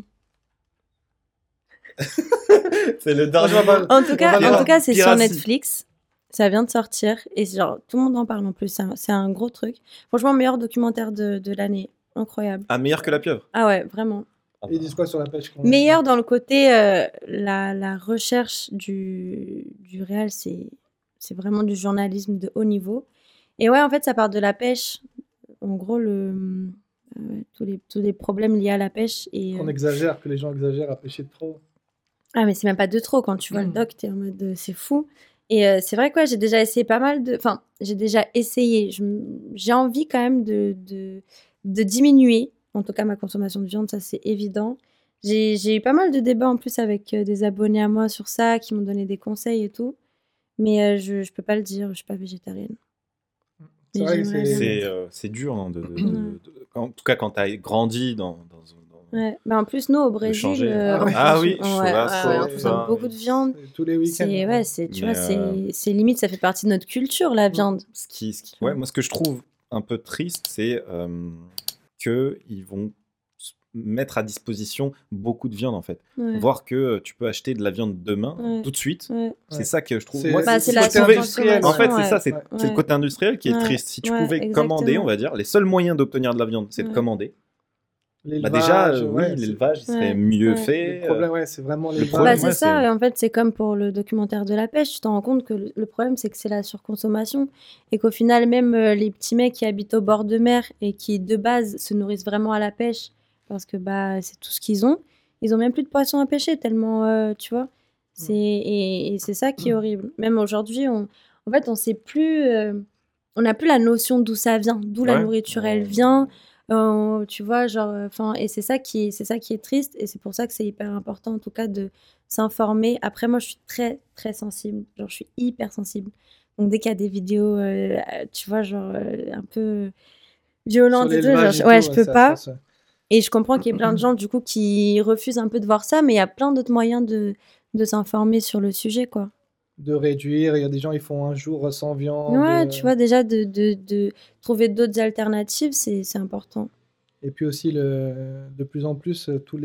c'est le Ah, je dernier. vois pas. En tout cas, c'est sur Piracy. Netflix. Ça vient de sortir et genre tout le monde en parle en plus. C'est un gros truc. Franchement, meilleur documentaire de l'année. Incroyable. Ah, meilleur que la pieuvre. Ah ouais, vraiment. Ah, Ils disent quoi sur la pêche quand- Meilleur dans le côté la recherche du réel, c'est c'est vraiment du journalisme de haut niveau. Et ouais, en fait, ça part de la pêche. En gros, tous les problèmes liés à la pêche. Et, Qu'on exagère, que les gens exagèrent à pêcher de trop. ah, mais c'est même pas de trop. Quand tu vois le doc, t'es en mode c'est fou. Et c'est vrai que ouais, j'ai déjà essayé pas mal de. Enfin, j'ai déjà essayé. J'ai envie quand même de diminuer, en tout cas, ma consommation de viande, ça c'est évident. J'ai eu pas mal de débats en plus avec des abonnés à moi sur ça, qui m'ont donné des conseils et tout. Mais je peux pas le dire, je suis pas végétarienne. C'est Mais vrai que j'aimerais bien. C'est dur, hein, en tout cas quand tu as grandi dans Ouais. Mais en plus, nous, au de Brésil, changer. on Oui, consomme- churrasco, on tout consomme ça. beaucoup de viande. tous les week-ends. Tu Mais, vois, c'est limite, ça fait partie de notre culture, la viande. Ouais, moi, ce que je trouve un peu triste, c'est qu'ils vont mettre à disposition beaucoup de viande, en fait. Ouais. Voir que tu peux acheter de la viande demain, Ouais. tout de suite. Ouais. C'est ça que je trouve. C'est Moi, Bah, c'est c'est la le côté industriel. En fait, consommation, c'est ça, ouais. c'est le côté industriel qui est Ouais. triste. Si tu Ouais, pouvais exactement. commander, on va dire, les seuls moyens d'obtenir de la viande, c'est de Ouais. commander. Bah L'élevage, déjà, oui, ouais, l'élevage, il serait Ouais. mieux Ouais. fait. Le problème, ouais, c'est vraiment le les problème, Bah, ouais, c'est ça, c'est- et en fait, c'est comme pour le documentaire de la pêche, tu t'en rends compte que le problème, c'est que c'est la surconsommation, et qu'au final, même les petits mecs qui habitent au bord de mer et qui, de base, se nourrissent vraiment à la pêche, parce que bah, c'est tout ce qu'ils ont, ils ont même plus de poissons à pêcher, tellement, tu vois, et c'est ça qui est horrible. Même aujourd'hui, en fait, on sait plus, on n'a plus la notion d'où ça vient, d'où la Ouais. nourriture, elle vient. Tu vois, genre, enfin, et c'est ça qui est triste, et c'est pour ça que c'est hyper important, en tout cas, de s'informer. Après, moi, je suis très, très sensible. Genre, je suis hyper sensible. Donc, dès qu'il y a des vidéos, tu vois, genre, un peu violentes et tout, genre, je peux pas. Et je comprends qu'il y ait plein de gens, du coup, qui refusent un peu de voir ça, mais il y a plein d'autres moyens de s'informer sur le sujet, quoi. De réduire, il y a des gens, ils font un jour sans viande. Ouais, tu vois, déjà, de trouver d'autres alternatives, c'est important. Et puis aussi, de plus en plus, tous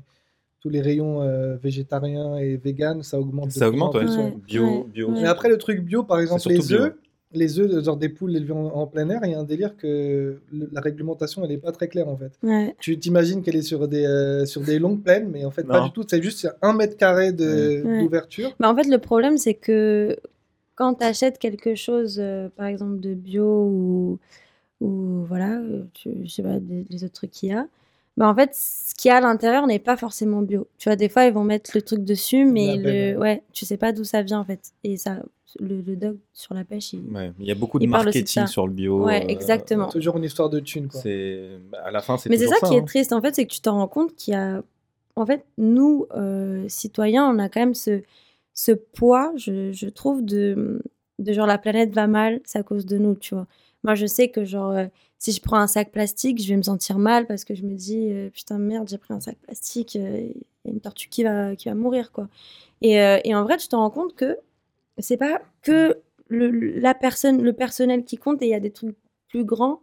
les rayons végétariens et véganes, ça augmente. Ça augmente, ouais. plus, Ouais. Bio. Mais après, le truc bio, par exemple, surtout bio. les œufs, genre des poules élevées en plein air, il y a un délire que la réglementation, elle n'est pas très claire, en fait. Ouais. Tu t'imagines qu'elle est sur des longues plaines, mais en fait, pas Non. du tout. C'est juste 1 mètre carré Ouais. d'ouverture. Bah, en fait, le problème, c'est que quand tu achètes quelque chose, par exemple, de bio ou voilà, je sais pas, les autres trucs qu'il y a, bah, en fait, ce qu'il y a à l'intérieur n'est pas forcément bio. Tu vois, des fois, ils vont mettre le truc dessus, mais Label, tu sais pas d'où ça vient, en fait. Et ça, le doc sur la pêche, Ouais, il y a beaucoup de Il parle aussi de marketing ça. sur le bio. Ouais, exactement. Toujours une histoire de thunes, quoi. À la fin, c'est Mais c'est toujours ça qui est hein. triste, en fait, c'est que tu t'en rends compte qu'il y a... En fait, nous, citoyens, on a quand même ce poids, je trouve, de genre la planète va mal, c'est à cause de nous, tu vois. Moi, je sais que genre, si je prends un sac plastique, je vais me sentir mal parce que je me dis, putain, merde, j'ai pris un sac plastique, il y a une tortue qui va mourir, quoi. Et en vrai, tu t'en rends compte que c'est pas que le personnel qui compte, et il y a des trucs plus grands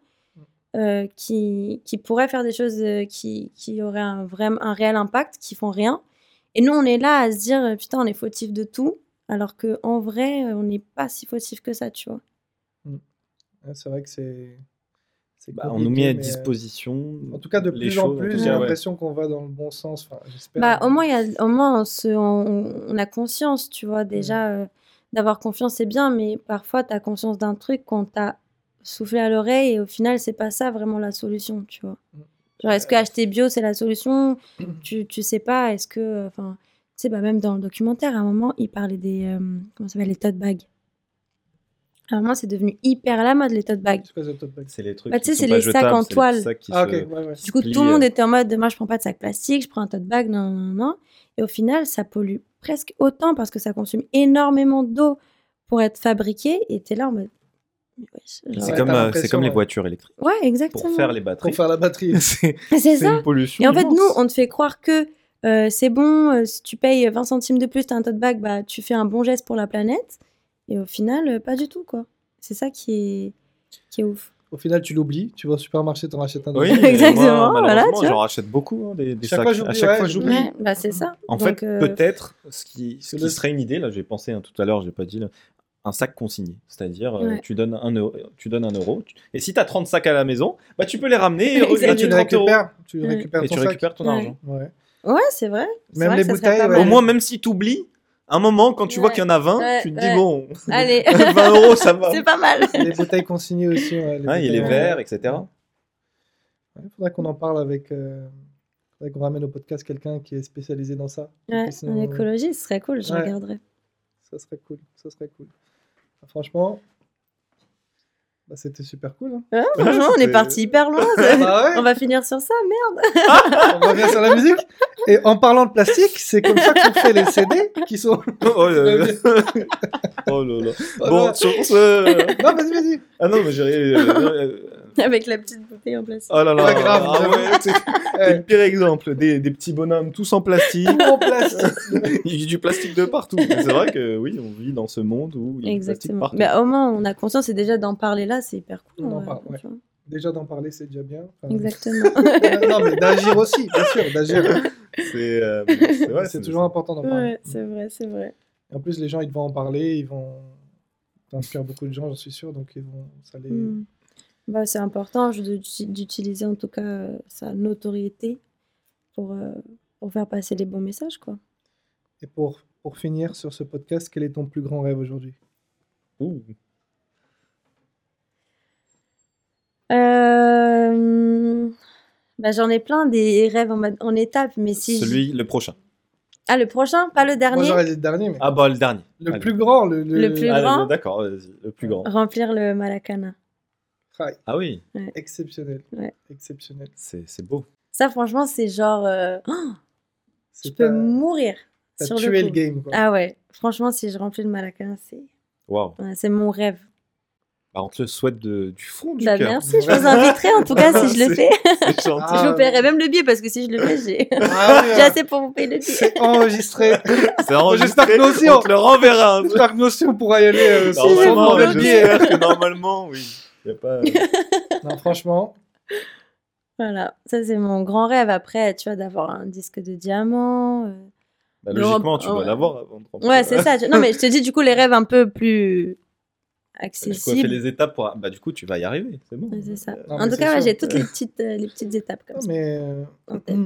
qui pourraient faire des choses qui auraient un réel impact, qui font rien. Et nous, on est là à se dire, putain, on est fautif de tout, alors qu'en vrai, on n'est pas si fautif que ça, tu vois. Ouais, c'est vrai que c'est On nous met à compliqué, mais, disposition. en tout cas, de les plus en choses, plus, tout j'ai ça, ouais. l'impression qu'on va dans le bon sens. Enfin, j'espère. Bah, au moins, on a conscience, tu vois, déjà, d'avoir confiance, c'est bien, mais parfois, tu as conscience d'un truc qu'on t'a soufflé à l'oreille, et au final, c'est pas ça vraiment la solution, tu vois. Genre, est-ce que acheter bio, c'est la solution? Tu sais pas, est-ce que... Enfin, tu sais, bah, même dans le documentaire, à un moment, il parlait des... comment ça s'appelle? Les tote bags. À un moment, c'est devenu hyper à la mode, les tote bags. C'est quoi ce tote bag? C'est les trucs Bah, qui tu sais, sont c'est pas les sacs jetables, en c'est les toile. petits sacs qui Ah, ok, se- ouais. Du coup, plie, tout le monde était en mode, moi, je prends pas de sac plastique, je prends un tote bag, non, non, non. Et au final, ça pollue presque autant parce que ça consomme énormément d'eau pour être fabriqué. Et t'es là en mode... mais wesh, genre- C'est Ouais, comme, t'as l'impression, c'est comme les ouais. voitures électriques. Ouais, exactement. Pour faire les batteries. Pour faire la batterie. C'est ça. une pollution. Et en fait, immense. nous, on te fait croire que c'est bon, si tu payes 20 centimes de plus, t'as un tote bag, bah, tu fais un bon geste pour la planète. Et au final, pas du tout, quoi. C'est ça qui est ouf. Au final, tu l'oublies. Tu vas au supermarché, t'en rachètes un Oui, deuxième. mais Exactement, moi, voilà, malheureusement, tu vois. j'en rachète beaucoup, hein, des Chaque sacs. fois, j'oublie, À chaque ouais, fois, j'oublie. j'oublie. Ouais, bah, c'est ça. En Donc, fait, peut-être, ce qui serait une idée, là, j'ai pensé tout à l'heure, j'ai pas dit, là, un sac consigné. C'est-à-dire, Ouais. tu donnes 1 euro, et si tu as 30 sacs à la maison, bah, tu peux les ramener et Exactement. Là, tu regagner les 30 euros. récupères. Tu Ouais. récupères Et ton tu sac. récupères ton Ouais. argent. Ouais. Ouais, c'est vrai. C'est Même vrai les que ça serait bouteilles, pas ouais. Au mal. moins, même si tu oublies, un moment, quand tu vois Ouais. qu'il y en a 20, Ouais, tu te dis, ouais. bon, Allez, 20 euros, ça va. c'est pas mal. Les bouteilles consignées aussi. Ouais, Ah, il y a les bouteilles, verres, etc. Il faudrait qu'on en parle avec. Faudrait qu'on ramène au podcast quelqu'un qui est spécialisé dans ça. qui Ouais, puisse en nous- écologie, ce serait cool, je Ouais. regarderais. Ça serait cool. Ça serait cool. Franchement, bah, c'était super cool. Hein. Ouais, franchement, on est c'était- parti hyper loin. Ah ouais. On va finir sur ça, merde. On revient sur la musique. Et en parlant de plastique, c'est comme ça qu'on fait les CD qui sont. Oh là là. Oh là là. Bon, non, sur ce... non, vas-y. Ah non, mais j'ai rien... Avec la petite bouteille en plastique. Oh là là. Ouais, grave, Ah grave. ouais, c'est le pire exemple. Des petits bonhommes tous en plastique. Tout en plastique. Il y a du plastique de partout. Mais c'est vrai que oui, on vit dans ce monde où il y a du plastique Exactement. partout. Mais au moins, on a conscience et déjà d'en parler là, c'est hyper cool. On en ouais, parle, ouais. tu vois. Déjà d'en parler, c'est déjà bien. Enfin, Exactement. non, mais d'agir aussi, bien sûr, d'agir. C'est ouais, C'est toujours important d'en parler. Ouais, c'est vrai, c'est vrai. En plus, les gens, ils vont en parler, ils vont inspirer beaucoup de gens, j'en suis sûr, donc ils vont, ça les... Mm. Bah, c'est important d'utiliser en tout cas sa notoriété pour faire passer les bons messages, quoi. Et pour finir sur ce podcast, quel est ton plus grand rêve aujourd'hui? Ouh. Bah, j'en ai plein des rêves en étapes, mais si Celui, le prochain. Ah, le prochain, pas le Moi, dernier. j'aurais dit le dernier, mais Ah bah, le dernier. le Allez. plus grand, Le plus Allez, grand. d'accord, vas-y, le plus grand. Remplir le Maracana. Ah, Ah oui, exceptionnel. Ouais. Exceptionnel. c'est beau. Ça, franchement, c'est genre... C'est je peux t'as- mourir T'as sur tué le le coup. game, quoi. Ah ouais, franchement, si je remplis le Maracana, Waouh. c'est mon rêve. Bah, on te le souhaite du fond du Bah, cœur. merci, je vous inviterai en tout cas si je le fais. C'est gentil. Ah, Je vous paierai même le billet parce que si je le fais, j'ai Ah oui, j'ai assez pour vous payer le billet. c'est enregistré. C'est enregistré. J'espère que nous aussi, on te le renverra. J'espère que nous aussi, on pourra y aller sans Normalement, prendre le billet. j'espère que normalement, oui. Y a pas... Non, franchement, Voilà, ça c'est mon grand rêve. Après, tu vois, d'avoir un disque de diamant. Bah, Le logiquement, tu rem- dois ouais. l'avoir avant de rentrer. Ouais, c'est ça. Non, mais je te dis du coup les rêves un peu plus Du coup, on fait accessibles. les étapes pour... Bah, du coup, tu vas y arriver. C'est bon. Ouais, c'est ça. Non, En mais tout c'est cas, ouais, sûr. j'ai toutes les petites étapes comme non, ça. mais En tête.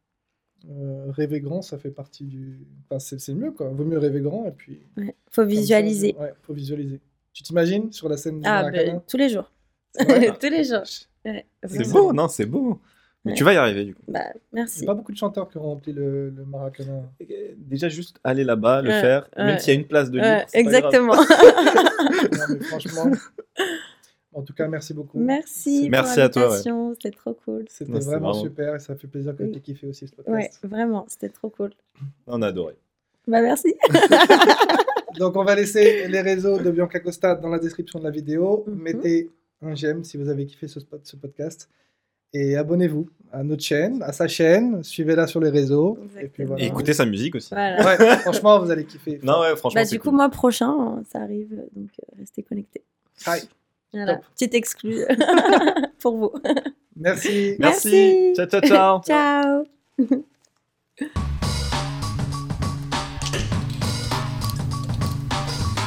rêver grand, ça fait partie du... Enfin, c'est le mieux, quoi. Vaut mieux rêver grand, et puis... Ouais. Faut comme ça, visualiser. ouais, faut visualiser. Tu t'imagines sur la scène du Ah, Maracana? ben, tous les jours. C'est vrai Tous les jours. Ouais, C'est vraiment. beau, non, c'est beau. Mais Ouais. tu vas y arriver, du coup. Bah, Il merci. n'y a pas beaucoup de chanteurs qui ont rempli le Maracana. Déjà, juste aller là-bas, le Ouais, faire, ouais. même s'il y a une place de libre. Ouais, c'est pas grave. exactement. Non, mais franchement, en tout cas, merci beaucoup. Merci. Merci pour à toi, ouais. l'invitation, c'était trop cool. C'était Non, c'est vraiment vraiment- super et ça fait plaisir que tu aies kiffé aussi ce podcast. Ouais, vraiment, c'était trop cool. On a adoré. Bah, merci. Donc, on va laisser les réseaux de Bianca Costa dans la description de la vidéo. Mhm. Mettez un j'aime si vous avez kiffé ce podcast. Et abonnez-vous à notre chaîne, à sa chaîne. Suivez-la sur les réseaux. Et puis Exactement. voilà. Et écoutez sa musique aussi. Voilà. Ouais, franchement, vous allez kiffer. Non, ouais, franchement, Bah, c'est du coup, cool. mois prochain, ça arrive, donc restez connectés. Aïe. Voilà, Top. petite exclue pour vous. Merci. Merci. Merci. Ciao, ciao, ciao. Ciao.